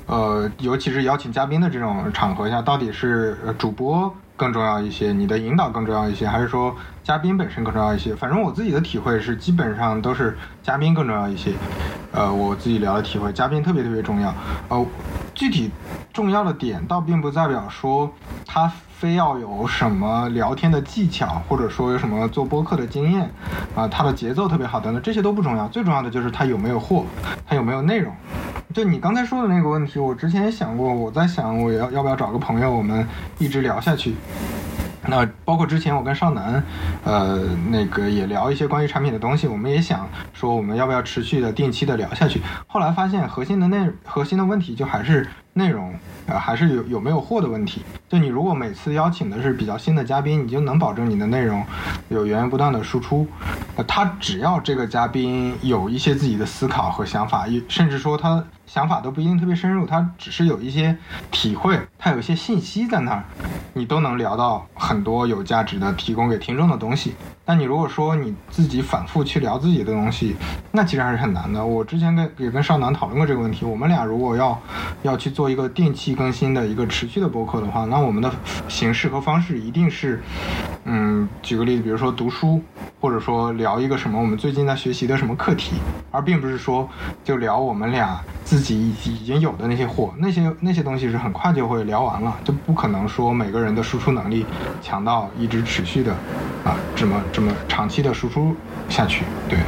呃，尤其是邀请嘉宾的这种场合下，到底是主播更重要一些，你的引导更重要一些，还是说嘉宾本身更重要一些？反正我自己的体会是，基本上都是嘉宾更重要一些。呃，我自己聊的体会，嘉宾特别特别重要。呃，具体重要的点倒并不代表说他非要有什么聊天的技巧，或者说有什么做播客的经验啊、呃，他的节奏特别好等等，这些都不重要。最重要的就是他有没有货，他有没有内容。就你刚才说的那个问题，我之前也想过，我在想我要要不要找个朋友，我们一直聊下去。那包括之前我跟少南，呃，那个也聊一些关于产品的东西，我们也想说我们要不要持续的、定期的聊下去。后来发现核心的内核心的问题就还是内容，呃，还是有有没有货的问题。就你如果每次邀请的是比较新的嘉宾，你就能保证你的内容有源源不断的输出。呃，他只要这个嘉宾有一些自己的思考和想法，甚至说他想法都不一定特别深入，他只是有一些体会，他有一些信息在那儿，你都能聊到很多有价值的提供给听众的东西。但你如果说你自己反复去聊自己的东西，那其实还是很难的。我之前跟也跟少南讨论过这个问题，我们俩如果要要去做一个定期更新的一个持续的播客的话，那我们的形式和方式一定是，嗯，举个例子，比如说读书，或者说聊一个什么我们最近在学习的什么课题，而并不是说就聊我们俩自己已经有的那些货，那些那些东西是很快就会聊完了，就不可能说每个人的输出能力强到一直持续的啊这么这么长期的输出下去。对，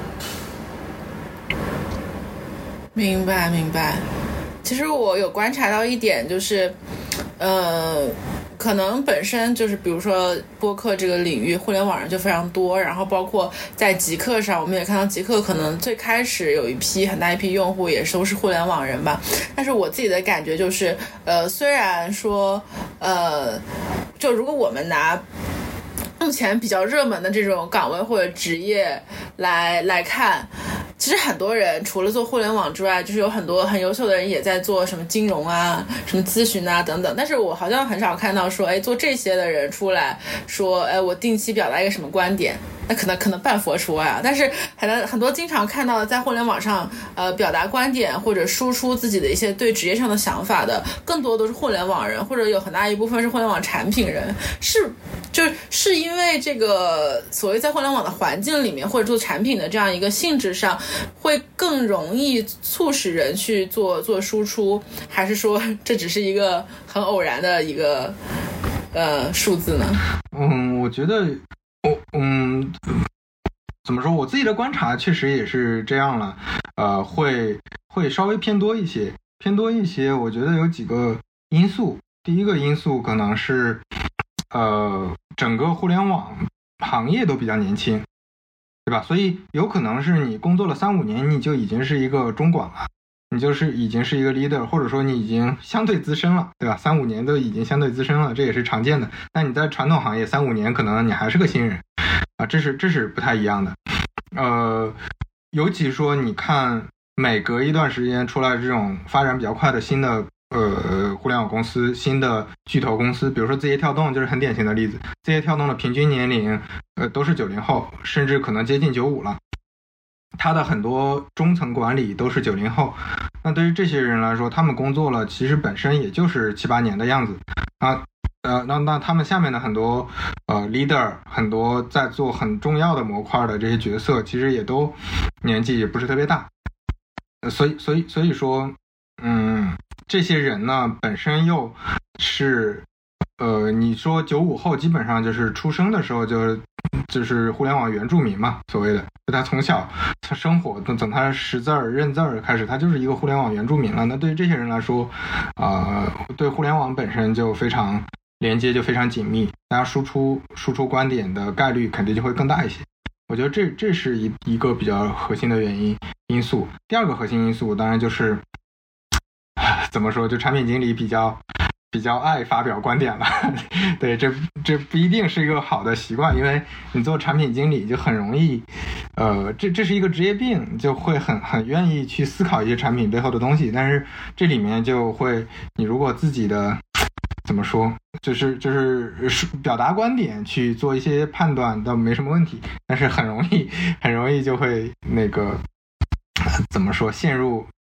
明白明白。其实我有观察到一点，就是呃可能本身就是比如说播客这个领域互联网人就非常多，然后包括在极客上，我们也看到极客可能最开始有一批很大一批用户也都是互联网人吧。但是我自己的感觉就是呃虽然说呃就如果我们拿目前比较热门的这种岗位或者职业来来看，其实很多人除了做互联网之外，就是有很多很优秀的人也在做什么金融啊、什么咨询啊等等。但是我好像很少看到说，哎，做这些的人出来说，哎，我定期表达一个什么观点。那可能可能半佛除外啊，但是很很多经常看到在互联网上呃表达观点或者输出自己的一些对职业上的想法的，更多都是互联网人，或者有很大一部分是互联网产品人。是就是是因为这个所谓在互联网的环境里面或者做产品的这样一个性质上，会更容易促使人去做做输出，还是说这只是一个很偶然的一个呃数字呢？ 嗯，我觉得。嗯，怎么说？我自己的观察确实也是这样了，呃，会会稍微偏多一些，偏多一些。我觉得有几个因素。第一个因素可能是，呃，整个互联网行业都比较年轻，对吧？所以有可能是你工作了三五年，你就已经是一个中管了。你就是已经是一个 leader， 或者说你已经相对资深了，对吧？三五年都已经相对资深了，这也是常见的。但你在传统行业三五年，可能你还是个新人啊，这是这是不太一样的。呃，尤其说你看每隔一段时间出来这种发展比较快的新的呃互联网公司、新的巨头公司，比如说字节跳动就是很典型的例子。字节跳动的平均年龄呃都是九零后，甚至可能接近九五了。他的很多中层管理都是九零后，那对于这些人来说，他们工作了其实本身也就是七八年的样子啊，呃，那那他们下面的很多呃 leader， 很多在做很重要的模块的这些角色，其实也都年纪也不是特别大，呃、所以所以所以说，嗯，这些人呢本身又是呃，你说九五后基本上就是出生的时候就就是互联网原住民嘛，所谓的，就他从小他生活等他识字儿认字儿开始，他就是一个互联网原住民了。那对于这些人来说，呃，对互联网本身就非常连接就非常紧密，大家输出输出观点的概率肯定就会更大一些。我觉得这这是一一个比较核心的原因因素。第二个核心因素当然就是怎么说，就产品经理比较。比较爱发表观点了，对，这这不一定是一个好的习惯，因为你做产品经理就很容易，呃，这这是一个职业病，就会很很愿意去思考一些产品背后的东西，但是这里面就会，你如果自己的怎么说，就是就是表达观点去做一些判断倒没什么问题，但是很容易很容易就会那个怎么说陷入。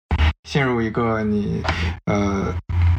陷入一个你呃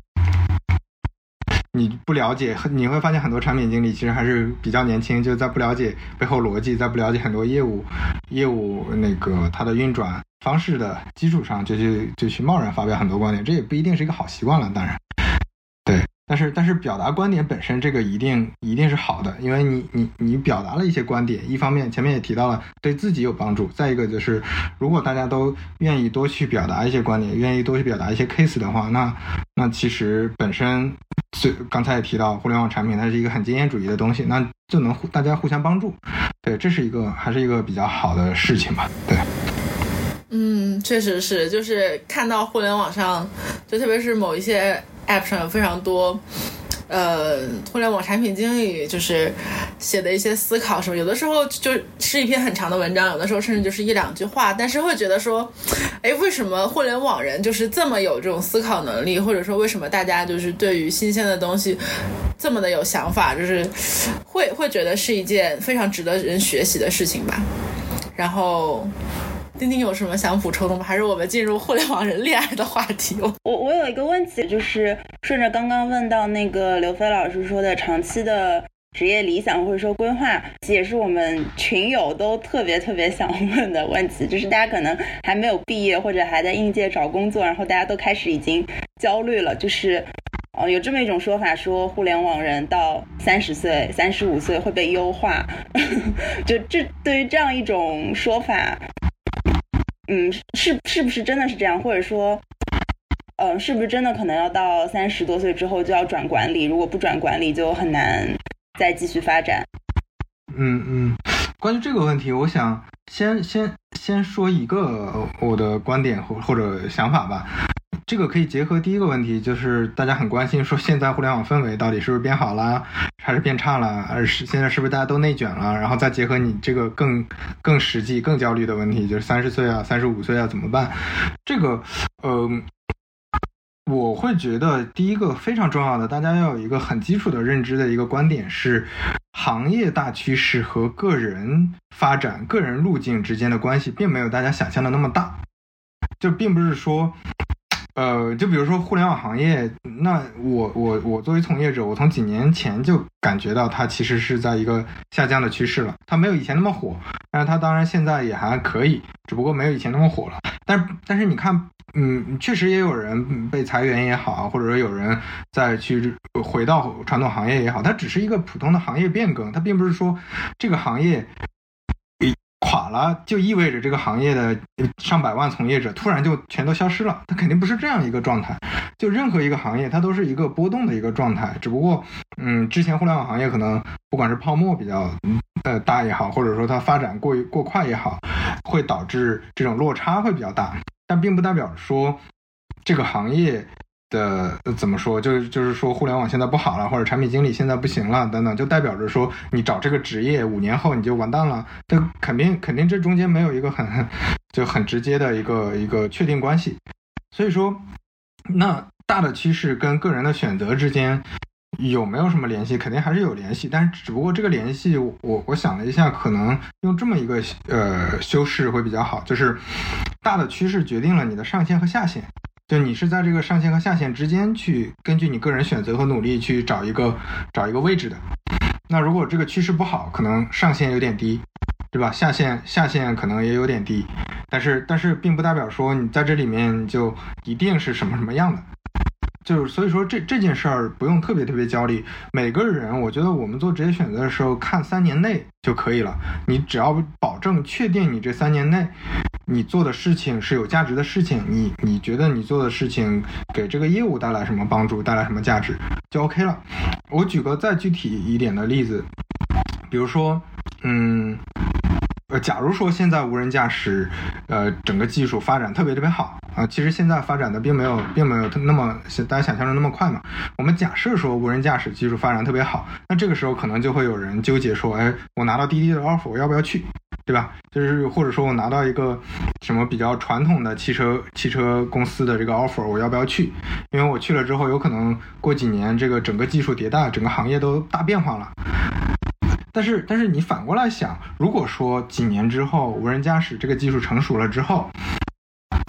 你不了解，你会发现很多产品经理其实还是比较年轻，就在不了解背后逻辑，在不了解很多业务业务那个它的运转方式的基础上，就去就去贸然发表很多观点，这也不一定是一个好习惯了，当然。对，但是但是表达观点本身这个一定一定是好的，因为你你你表达了一些观点，一方面前面也提到了对自己有帮助，再一个就是如果大家都愿意多去表达一些观点，愿意多去表达一些 case 的话，那那其实本身刚才也提到互联网产品它是一个很经验主义的东西，那就能大家互相帮助，对，这是一个还是一个比较好的事情吧，对。 嗯，确实是，就是看到互联网上，就特别是某一些 app 上有非常多呃，互联网产品经理就是写的一些思考什么，有的时候就是一篇很长的文章，有的时候甚至就是一两句话，但是会觉得说，哎，为什么互联网人就是这么有这种思考能力，或者说为什么大家就是对于新鲜的东西这么的有想法，就是会会觉得是一件非常值得人学习的事情吧。然后丁丁有什么想补充的吗？还是我们进入互联网人恋爱的话题？ 我我有一个问题，就是顺着刚刚问到那个刘飞老师说的长期的职业理想或者说规划，也是我们群友都特别特别想问的问题，就是大家可能还没有毕业或者还在应届找工作，然后大家都开始已经焦虑了，就是呃，有这么一种说法，说互联网人到三十岁、三十五岁会被优化，就这对于这样一种说法，嗯，是是不是真的是这样？或者说，嗯、呃，是不是真的可能要到三十多岁之后就要转管理？如果不转管理，就很难再继续发展。 嗯嗯，关于这个问题，我想先先先说一个我的观点或或者想法吧。这个可以结合第一个问题，就是大家很关心说现在互联网氛围到底是不是变好了还是变差了，而是现在是不是大家都内卷了，然后再结合你这个更更实际更焦虑的问题，就是三十岁啊三十五岁啊怎么办。这个呃我会觉得第一个非常重要的，大家要有一个很基础的认知的一个观点是，行业大趋势和个人发展个人路径之间的关系并没有大家想象的那么大，就并不是说呃，就比如说互联网行业，那我我我作为从业者，我从几年前就感觉到它其实是在一个下降的趋势了，它没有以前那么火，但是它当然现在也还可以，只不过没有以前那么火了。但是但是你看，嗯，确实也有人被裁员也好，或者说有人再去回到传统行业也好，它只是一个普通的行业变更，它并不是说这个行业垮了就意味着这个行业的上百万从业者突然就全都消失了，它肯定不是这样一个状态。就任何一个行业它都是一个波动的一个状态，只不过嗯，之前互联网行业可能不管是泡沫比较呃大也好，或者说它发展过过快也好，会导致这种落差会比较大，但并不代表说这个行业的怎么说，就就是说互联网现在不好了，或者产品经理现在不行了等等，就代表着说你找这个职业五年后你就完蛋了，这肯定肯定这中间没有一个很就很直接的一个一个确定关系。所以说那大的趋势跟个人的选择之间有没有什么联系，肯定还是有联系，但是只不过这个联系我我想了一下，可能用这么一个呃修饰会比较好，就是大的趋势决定了你的上限和下限，就你是在这个上限和下限之间去根据你个人选择和努力去找一个找一个位置的。那如果这个趋势不好，可能上限有点低，对吧？下限下限可能也有点低，但是但是并不代表说你在这里面就一定是什么什么样的。就是所以说这这件事儿不用特别特别焦虑，每个人我觉得我们做职业选择的时候看三年内就可以了，你只要保证确定你这三年内你做的事情是有价值的事情，你你觉得你做的事情给这个业务带来什么帮助，带来什么价值就 OK 了。我举个再具体一点的例子，比如说嗯呃，假如说现在无人驾驶，呃，整个技术发展特别特别好啊、呃，其实现在发展的并没有，并没有那么大家想象的那么快嘛。我们假设说无人驾驶技术发展特别好，那这个时候可能就会有人纠结说，哎，我拿到滴滴的 offer， 我要不要去，对吧？就是或者说我拿到一个什么比较传统的汽车汽车公司的这个 offer， 我要不要去？因为我去了之后，有可能过几年这个整个技术迭代，整个行业都大变化了。但是但是你反过来想，如果说几年之后无人驾驶这个技术成熟了之后，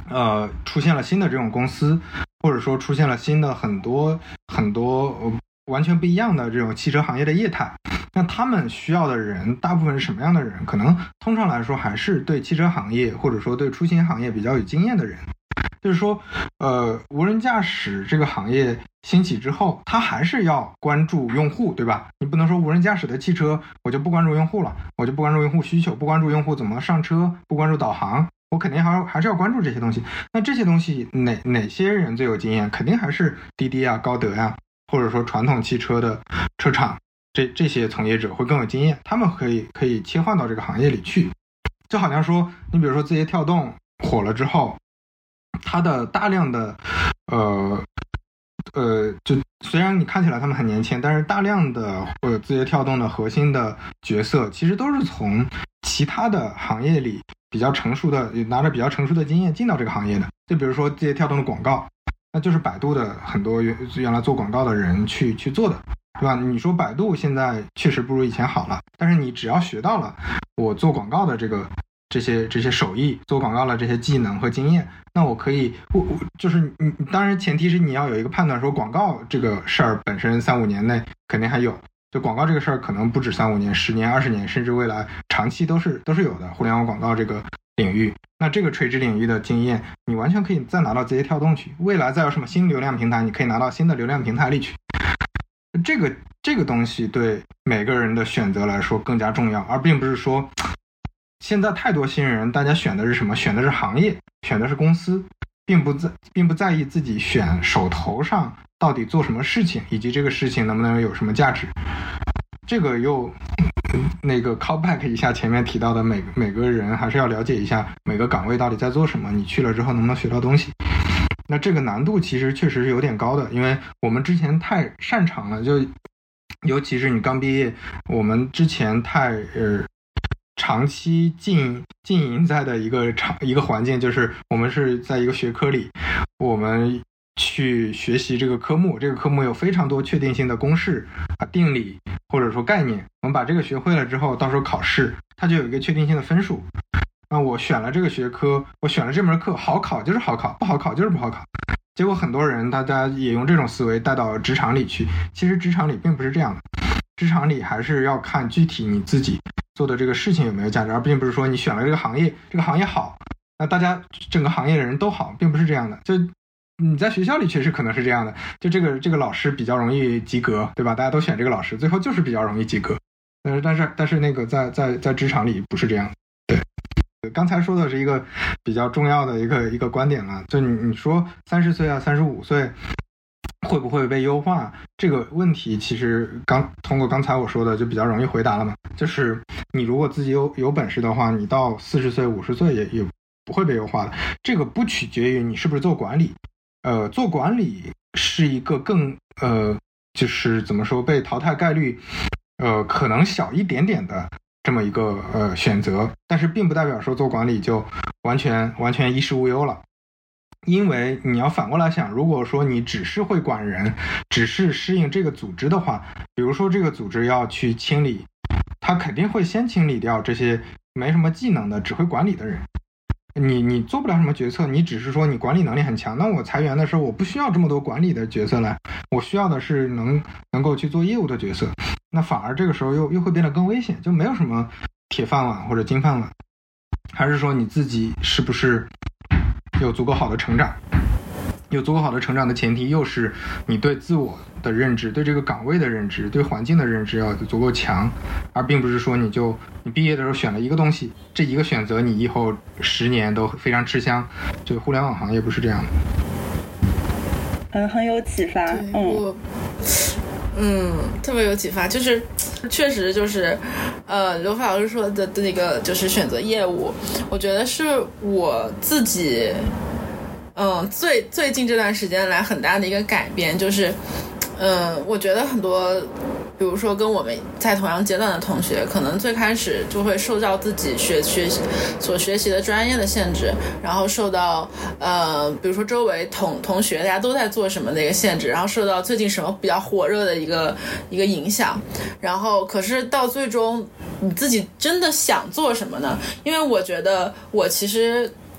呃出现了新的这种公司，或者说出现了新的很多很多、呃、完全不一样的这种汽车行业的业态。那他们需要的人大部分是什么样的人？可能通常来说还是对汽车行业或者说对出行行业比较有经验的人。就是说呃，无人驾驶这个行业兴起之后，它还是要关注用户，对吧？你不能说无人驾驶的汽车我就不关注用户了，我就不关注用户需求，不关注用户怎么上车，不关注导航，我肯定还还是要关注这些东西。那这些东西哪哪些人最有经验？肯定还是滴滴啊、高德啊，或者说传统汽车的车厂，这这些从业者会更有经验，他们可以可以切换到这个行业里去。就好像说，你比如说字节跳动火了之后，它的大量的呃呃，就虽然你看起来他们很年轻，但是大量的呃字节跳动的核心的角色其实都是从其他的行业里比较成熟的，拿着比较成熟的经验进到这个行业的。就比如说字节跳动的广告，那就是百度的很多原原来做广告的人去去做的，对吧？你说百度现在确实不如以前好了，但是你只要学到了我做广告的这个这些这些手艺，做广告的这些技能和经验，那我可以我我就是你当然前提是你要有一个判断，说广告这个事儿本身三五年内肯定还有，就广告这个事儿可能不止三五年、十年、二十年，甚至未来长期都是都是有的。互联网广告这个领域，那这个垂直领域的经验，你完全可以再拿到字节跳动去。未来再有什么新流量平台，你可以拿到新的流量平台里去。这个这个东西对每个人的选择来说更加重要，而并不是说现在太多新人，大家选的是什么？选的是行业，选的是公司，并不在并不在意自己选手头上到底做什么事情，以及这个事情能不能有什么价值。这个又那个 call back 一下前面提到的，每每个人还是要了解一下每个岗位到底在做什么，你去了之后能不能学到东西。那这个难度其实确实是有点高的，因为我们之前太擅长了，就尤其是你刚毕业，我们之前太呃长期浸浸淫在的一个长一个环境，就是我们是在一个学科里，我们去学习这个科目，这个科目有非常多确定性的公式啊、定理或者说概念，我们把这个学会了之后，到时候考试它就有一个确定性的分数。那我选了这个学科，我选了这门课，好考就是好考，不好考就是不好考。结果很多人大家也用这种思维带到职场里去，其实职场里并不是这样的，职场里还是要看具体你自己做的这个事情有没有价值，而并不是说你选了这个行业，这个行业好，那大家整个行业的人都好，并不是这样的。就你在学校里确实可能是这样的，就这个这个老师比较容易及格，对吧？大家都选这个老师，最后就是比较容易及格。但是但是但是那个在在在职场里不是这样的。对，刚才说的是一个比较重要的一个一个观点了，就你你说三十岁啊三十五岁会不会被优化这个问题，其实刚通过刚才我说的就比较容易回答了嘛。就是你如果自己有有本事的话，你到四十岁五十岁也也不会被优化的。这个不取决于你是不是做管理，呃，做管理是一个更呃，就是怎么说被淘汰概率呃可能小一点点的这么一个呃选择，但是并不代表说做管理就完全完全衣食无忧了。因为你要反过来想，如果说你只是会管人，只是适应这个组织的话，比如说这个组织要去清理，他肯定会先清理掉这些没什么技能的只会管理的人。你你做不了什么决策，你只是说你管理能力很强，那我裁员的时候我不需要这么多管理的角色来，我需要的是能能够去做业务的角色，那反而这个时候又又会变得更危险，就没有什么铁饭碗或者金饭碗。还是说你自己是不是有足够好的成长，有足够好的成长的前提又是你对自我的认知，对这个岗位的认知，对环境的认知要足够强，而并不是说你就你毕业的时候选了一个东西，这一个选择你以后十年都非常吃香。就互联网行业不是这样的。 嗯，很有启发。嗯， 我嗯特别有启发，就是确实就是呃刘飞老师说的那个就是选择业务，我觉得是我自己嗯最最近这段时间来很大的一个改变，就是嗯我觉得很多比如说跟我们在同样阶段的同学，可能最开始就会受到自己学学习所学习的专业的限制，然后受到呃比如说周围同同学大家都在做什么的一个限制，然后受到最近什么比较火热的一个一个影响，然后可是到最终你自己真的想做什么呢？因为我觉得我其实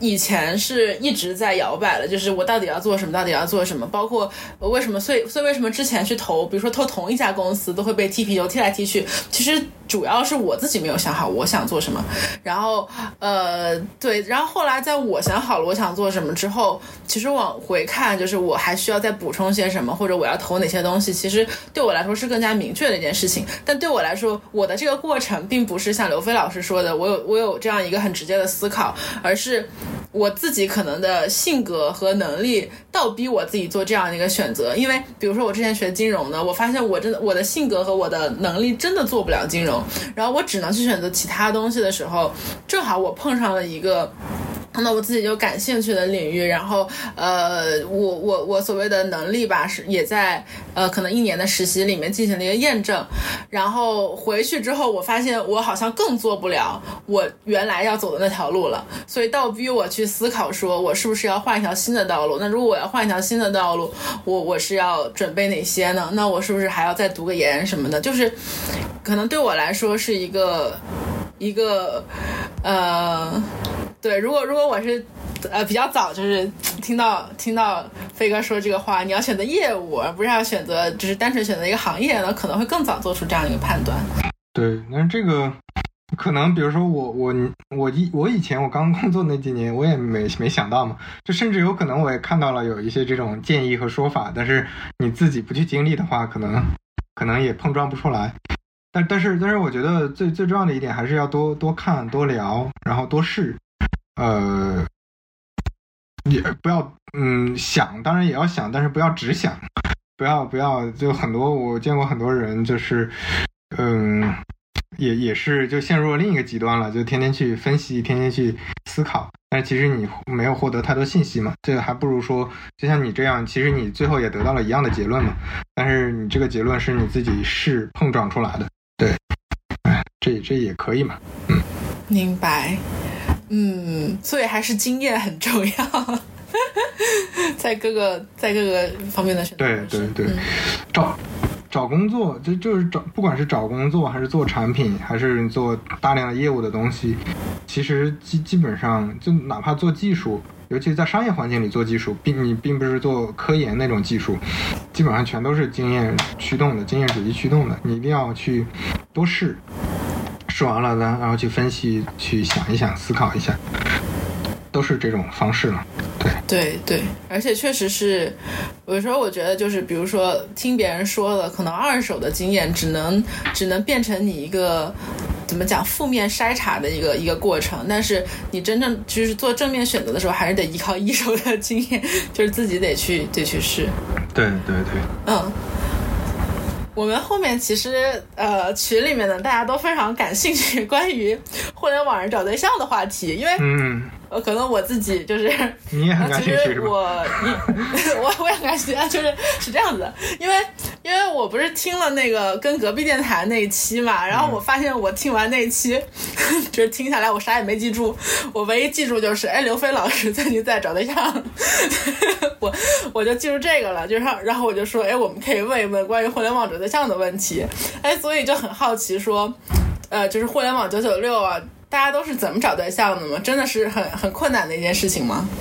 以前是一直在摇摆的，就是我到底要做什么，到底要做什么，包括为什么，所以所以为什么之前去投，比如说投同一家公司都会被踢皮球踢来踢去，其实主要是我自己没有想好我想做什么，然后呃对，然后后来在我想好了我想做什么之后，其实往回看，就是我还需要再补充些什么，或者我要投哪些东西，其实对我来说是更加明确的一件事情。但对我来说，我的这个过程并不是像刘飞老师说的，我有我有这样一个很直接的思考，而是我自己可能的性格和能力倒逼我自己做这样的一个选择。因为比如说我之前学金融的，我发现我真的我的性格和我的能力真的做不了金融，然后我只能去选择其他东西的时候，正好我碰上了一个那我自己就感兴趣的领域，然后呃，我我我所谓的能力吧，是也在呃可能一年的实习里面进行了一个验证，然后回去之后，我发现我好像更做不了我原来要走的那条路了，所以倒逼我去思考，说我是不是要换一条新的道路？那如果我要换一条新的道路，我我是要准备哪些呢？那我是不是还要再读个研什么的？就是可能对我来说是一个一个呃。对，如果如果我是呃比较早就是听到听到飞哥说这个话，你要选择业务而不是要选择就是单纯选择一个行业呢，可能会更早做出这样一个判断。 对，那这个可能比如说我我我以我以前我刚工作那几年我也没没想到嘛，就甚至有可能我也看到了有一些这种建议和说法，但是你自己不去经历的话，可能可能也碰撞不出来。但但是但是我觉得最最重要的一点还是要多多看多聊，然后多试。呃，也不要嗯想，当然也要想，但是不要只想，不要不要就很多我见过很多人就是嗯也也是就陷入了另一个极端了，就天天去分析，天天去思考，但是其实你没有获得太多信息嘛，这个还不如说就像你这样，其实你最后也得到了一样的结论嘛，但是你这个结论是你自己试碰撞出来的，对，哎，这这也可以嘛，嗯， 明白。嗯，所以还是经验很重要，在各个在各个方面的选择。 对对对，嗯、找找工作就就是找，不管是找工作还是做产品，还是做大量的业务的东西，其实基基本上就哪怕做技术，尤其是在商业环境里做技术，并你并不是做科研那种技术，基本上全都是经验驱动的，经验主义驱动的，你一定要去多试。试完了呢，然后去分析，去想一想，思考一下，都是这种方式了。对对对，而且确实是，有时候我觉得就是，比如说听别人说了，可能二手的经验只能只能变成你一个怎么讲负面筛查的一个一个过程，但是你真正就是做正面选择的时候，还是得依靠一手的经验，就是自己得去得去试。 对对对， 嗯。我们后面其实呃群里面呢，大家都非常感兴趣关于互联网人找对象的话题，因为嗯， 呃可能我自己就是你也很感兴趣是吧？ 我我我也很感兴趣，就是是这样子的，因为因为我不是听了那个跟隔壁电台那一期嘛，然后我发现我听完那一期，嗯、就是听下来我啥也没记住，我唯一记住就是哎刘飞老师最近在找对象，我我就记住这个了，就是然后我就说哎我们可以问一问关于互联网找对象的问题，哎所以就很好奇说，呃就是互联网九九六啊。大家都是怎么找对象的吗？真的是很很困难的一件事情吗？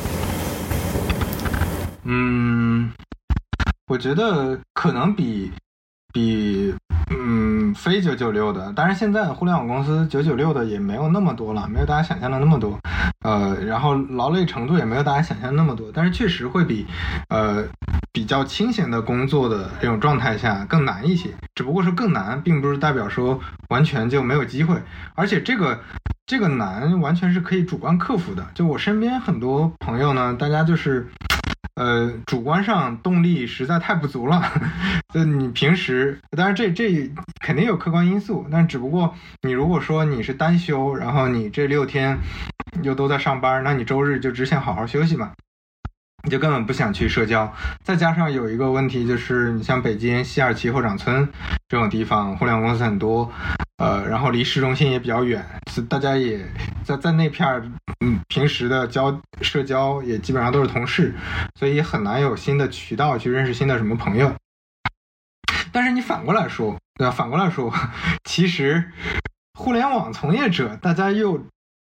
嗯，我觉得可能比比嗯非九九六的，当然现在互联网公司九九六的也没有那么多了，没有大家想象的那么多，呃，然后劳累程度也没有大家想象的那么多，但是确实会比呃比较清闲的工作的这种状态下更难一些，只不过是更难，并不是代表说完全就没有机会，而且这个。这个难完全是可以主观克服的。就我身边很多朋友呢，大家就是，呃，主观上动力实在太不足了。就你平时，当然这这肯定有客观因素，但只不过你如果说你是单休，然后你这六天又都在上班，那你周日就只想好好休息嘛。你就根本不想去社交，再加上有一个问题就是，你像北京西二旗后厂村这种地方，互联网公司很多，呃，然后离市中心也比较远，大家也在在那片儿，嗯，平时的交社交也基本上都是同事，所以很难有新的渠道去认识新的什么朋友。但是你反过来说，对吧？反过来说，其实互联网从业者大家又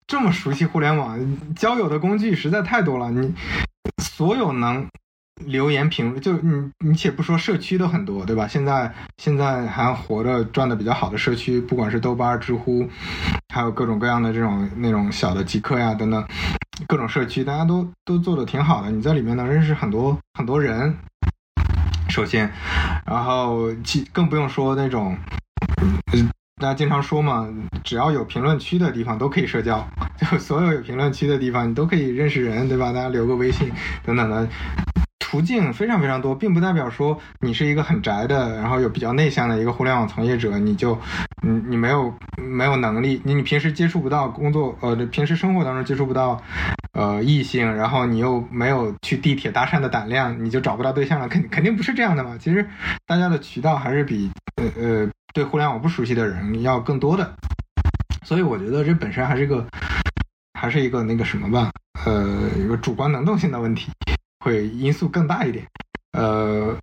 这么熟悉互联网，交友的工具实在太多了，你所有能留言评论，就你你且不说社区都很多，对吧？现在现在还活着赚的比较好的社区，不管是豆瓣、知乎，还有各种各样的这种那种小的极客呀等等，各种社区大家都都做的挺好的，你在里面能认识很多很多人。首先，然后更不用说那种，嗯，大家经常说嘛，只要有评论区的地方都可以社交，就所有有评论区的地方你都可以认识人，对吧？大家留个微信等等的。途径非常非常多，并不代表说你是一个很宅的，然后有比较内向的一个互联网从业者，你就你你没有没有能力，你你平时接触不到工作，呃，平时生活当中接触不到呃异性，然后你又没有去地铁搭讪的胆量，你就找不到对象了，肯肯定不是这样的嘛。其实大家的渠道还是比呃呃对互联网不熟悉的人要更多的，所以我觉得这本身还是一个还是一个那个什么吧，呃，一个主观能动性的问题。会因素更大一点，呃，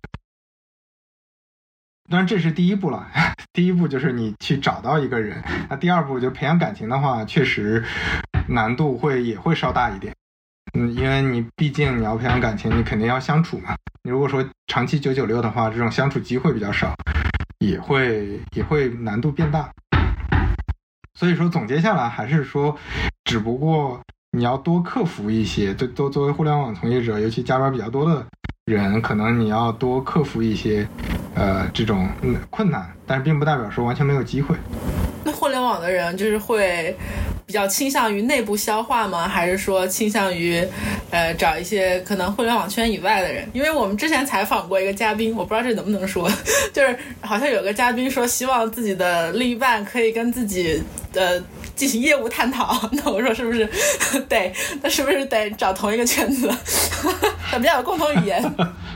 当然这是第一步了。第一步就是你去找到一个人，那第二步就培养感情的话，确实难度会也会稍大一点。嗯，因为你毕竟你要培养感情，你肯定要相处嘛。你如果说长期九九六的话，这种相处机会比较少，也会也会难度变大。所以说总结下来还是说，只不过你要多克服一些，就作作为互联网从业者，尤其加班比较多的人，可能你要多克服一些呃这种困难，但是并不代表说完全没有机会。 那互联网的人就是会比较倾向于内部消化吗？还是说倾向于呃找一些可能互联网圈以外的人？因为我们之前采访过一个嘉宾，我不知道这能不能说，就是好像有个嘉宾说希望自己的另一半可以跟自己呃进行业务探讨，那我说是不是对？那是不是得找同一个圈子，比较有共同语言？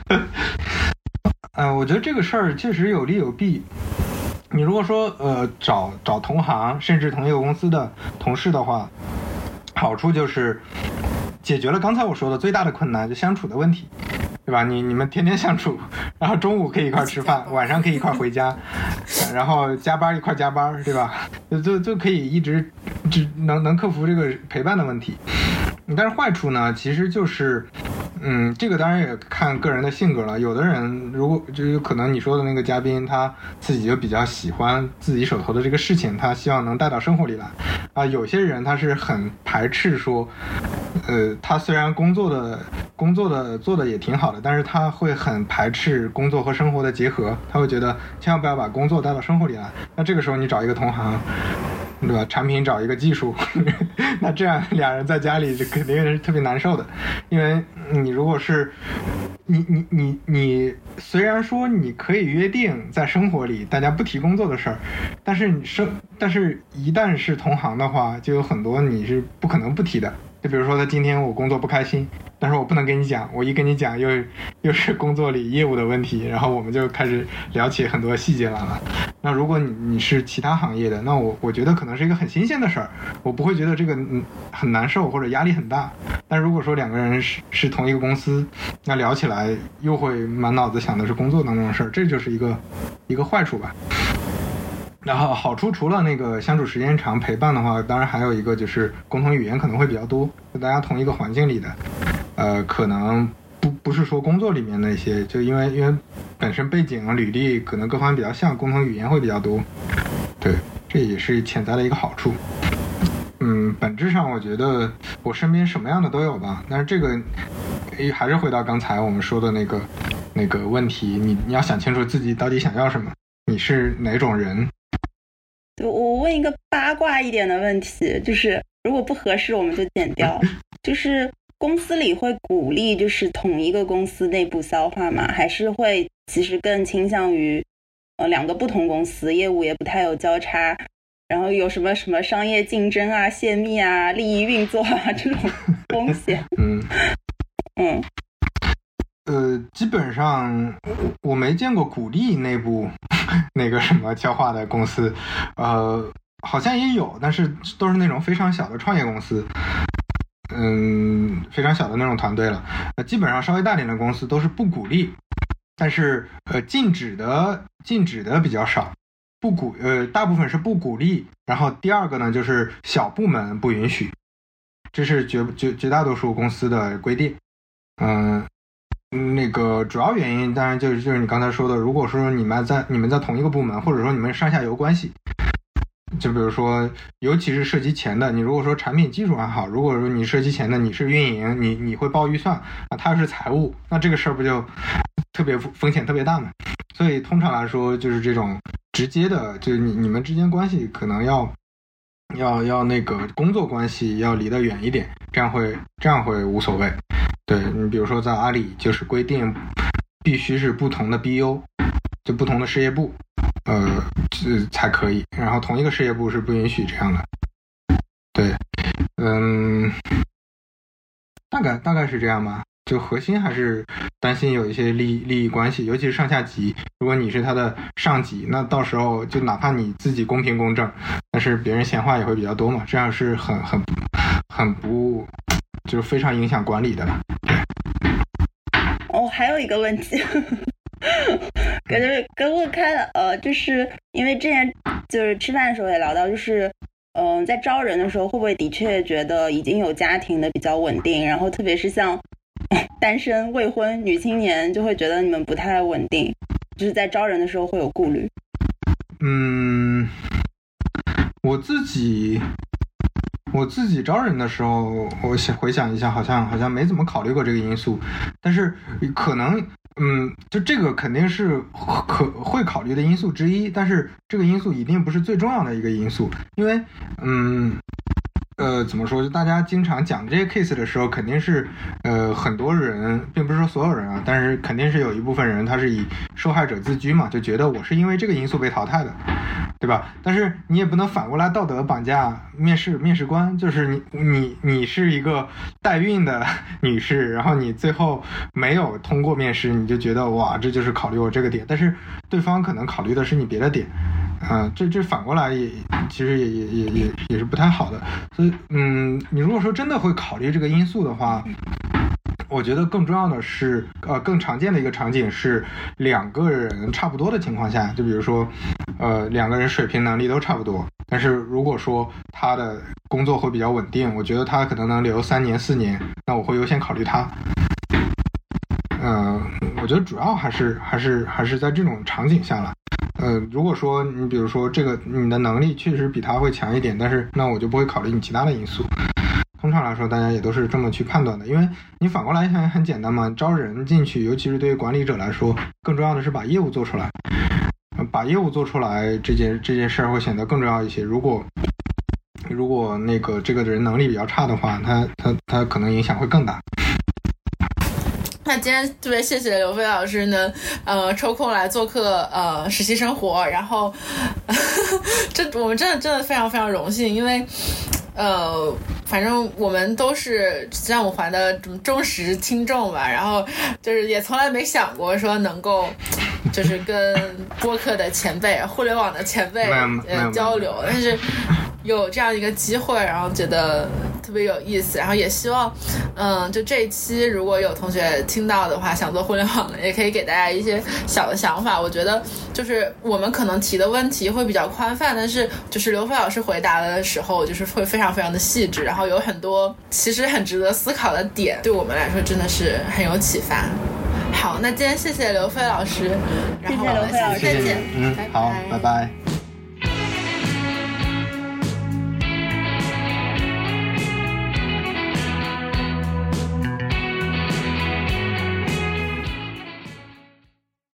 呃，我觉得这个事儿确实有利有弊。你如果说呃找找同行，甚至同一个公司的同事的话，好处就是解决了刚才我说的最大的困难，就相处的问题。对吧？你你们天天相处，然后中午可以一块吃饭，晚上可以一块回家，然后加班一块加班，对吧？就就就可以一直只能能克服这个陪伴的问题。但是坏处呢，其实就是，嗯，这个当然也看个人的性格了。有的人如果就有可能你说的那个嘉宾，他自己就比较喜欢自己手头的这个事情，他希望能带到生活里来。啊，有些人他是很排斥说，呃，他虽然工作的工作的做的也挺好的，但是他会很排斥工作和生活的结合，他会觉得千万不要把工作带到生活里来。那这个时候你找一个同行，对吧？产品找一个技术，那这样俩人在家里就肯定是特别难受的。因为你如果是你你你你虽然说你可以约定在生活里大家不提工作的事儿，但是你生但是一旦是同行的话，就有很多你是不可能不提的。就比如说他今天我工作不开心，但是我不能跟你讲，我一跟你讲又又是工作里业务的问题，然后我们就开始聊起很多细节来了。那如果你你是其他行业的，那我我觉得可能是一个很新鲜的事儿，我不会觉得这个嗯很难受或者压力很大。但如果说两个人是是同一个公司，那聊起来又会满脑子想的是工作当中的事儿，这就是一个一个坏处吧。然后好处除了那个相处时间长陪伴的话，当然还有一个就是共同语言可能会比较多，就大家同一个环境里的，呃，可能不不是说工作里面那些，就因为因为本身背景履历可能各方面比较像，共同语言会比较多，对，这也是潜在的一个好处。嗯，本质上我觉得我身边什么样的都有吧，但是这个还是回到刚才我们说的那个那个问题，你你要想清楚自己到底想要什么，你是哪种人。 我问一个八卦一点的问题，就是如果不合适我们就剪掉，就是公司里会鼓励就是同一个公司内部消化吗？还是会其实更倾向于呃两个不同公司业务也不太有交叉，然后有什么什么商业竞争啊、泄密啊、利益运作啊这种风险？ 嗯嗯。 呃，基本上我没见过鼓励内部那个什么消化的公司，呃，好像也有，但是都是那种非常小的创业公司，嗯，非常小的那种团队了。呃，基本上稍微大点的公司都是不鼓励，但是呃，禁止的禁止的比较少。 不鼓呃大部分是不鼓励，然后第二个呢就是小部门不允许，这是绝绝绝大多数公司的规定。嗯、呃，那个主要原因当然就是就是你刚才说的，如果说你们在你们在同一个部门，或者说你们上下游关系。就比如说，尤其是涉及钱的，你如果说产品技术还好，如果说你涉及钱的，你是运营，你你会报预算啊，他是财务，那这个事儿不就特别风险特别大嘛？所以通常来说，就是这种直接的，就是你你们之间关系可能要要要那个工作关系要离得远一点，这样会这样会无所谓。对，你比如说在阿里就是规定必须是不同的 B U， 就不同的事业部。呃，这才可以，然后同一个事业部是不允许这样的。对，嗯，大概大概是这样吧。就核心还是担心有一些利益利益关系，尤其是上下级。如果你是他的上级，那到时候就哪怕你自己公平公正，但是别人闲话也会比较多嘛，这样是很很很不，就是非常影响管理的。 哦，还有一个问题。跟就是跟我看呃，就是因为之前就是吃饭的时候也聊到，就是嗯、呃，在招人的时候会不会的确觉得已经有家庭的比较稳定，然后特别是像单身未婚女青年就会觉得你们不太稳定，就是在招人的时候会有顾虑。 嗯，我自己我自己招人的时候，我想回想一下，好像好像没怎么考虑过这个因素，但是可能。嗯，就这个肯定是可会考虑的因素之一，但是这个因素一定不是最重要的一个因素，因为，嗯，呃，怎么说？就大家经常讲这些 case 的时候，肯定是，呃，很多人，并不是说所有人啊，但是肯定是有一部分人他是以受害者自居嘛，就觉得我是因为这个因素被淘汰的，对吧？但是你也不能反过来道德绑架面试面试官，就是你你你是一个代孕的女士，然后你最后没有通过面试，你就觉得哇，这就是考虑我这个点，但是对方可能考虑的是你别的点，啊、呃，这这反过来也其实也也也也也是不太好的。所以嗯，你如果说真的会考虑这个因素的话。我觉得更重要的是，呃，更常见的一个场景是两个人差不多的情况下，就比如说，呃，两个人水平能力都差不多，但是如果说他的工作会比较稳定，我觉得他可能能留三年四年，那我会优先考虑他。呃，我觉得主要还是还是还是在这种场景下了。呃，如果说你比如说这个你的能力确实比他会强一点，但是那我就不会考虑你其他的因素。通常来说，大家也都是这么去判断的，因为你反过来想很简单嘛，招人进去，尤其是对于管理者来说，更重要的是把业务做出来，把业务做出来这件这件事儿会显得更重要一些。如果如果那个这个人能力比较差的话，他他他可能影响会更大。 那今天特别谢谢刘飞老师呢，呃，抽空来做客呃实习生活，然后呵呵这我们真的真的非常非常荣幸，因为呃，反正我们都是三五环的忠实听众吧，然后就是也从来没想过说能够就是跟播客的前辈、互联网的前辈呃交流，但是有这样一个机会，然后觉得特别有意思，然后也希望嗯，就这一期如果有同学听到的话，想做互联网的也可以给大家一些小的想法。我觉得就是我们可能提的问题会比较宽泛，但是就是刘飞老师回答的时候就是会非常非常的细致，然后有很多其实很值得思考的点，对我们来说真的是很有启发。好，那今天谢谢刘飞老师，然后我们下次再见。 嗯，好，拜拜。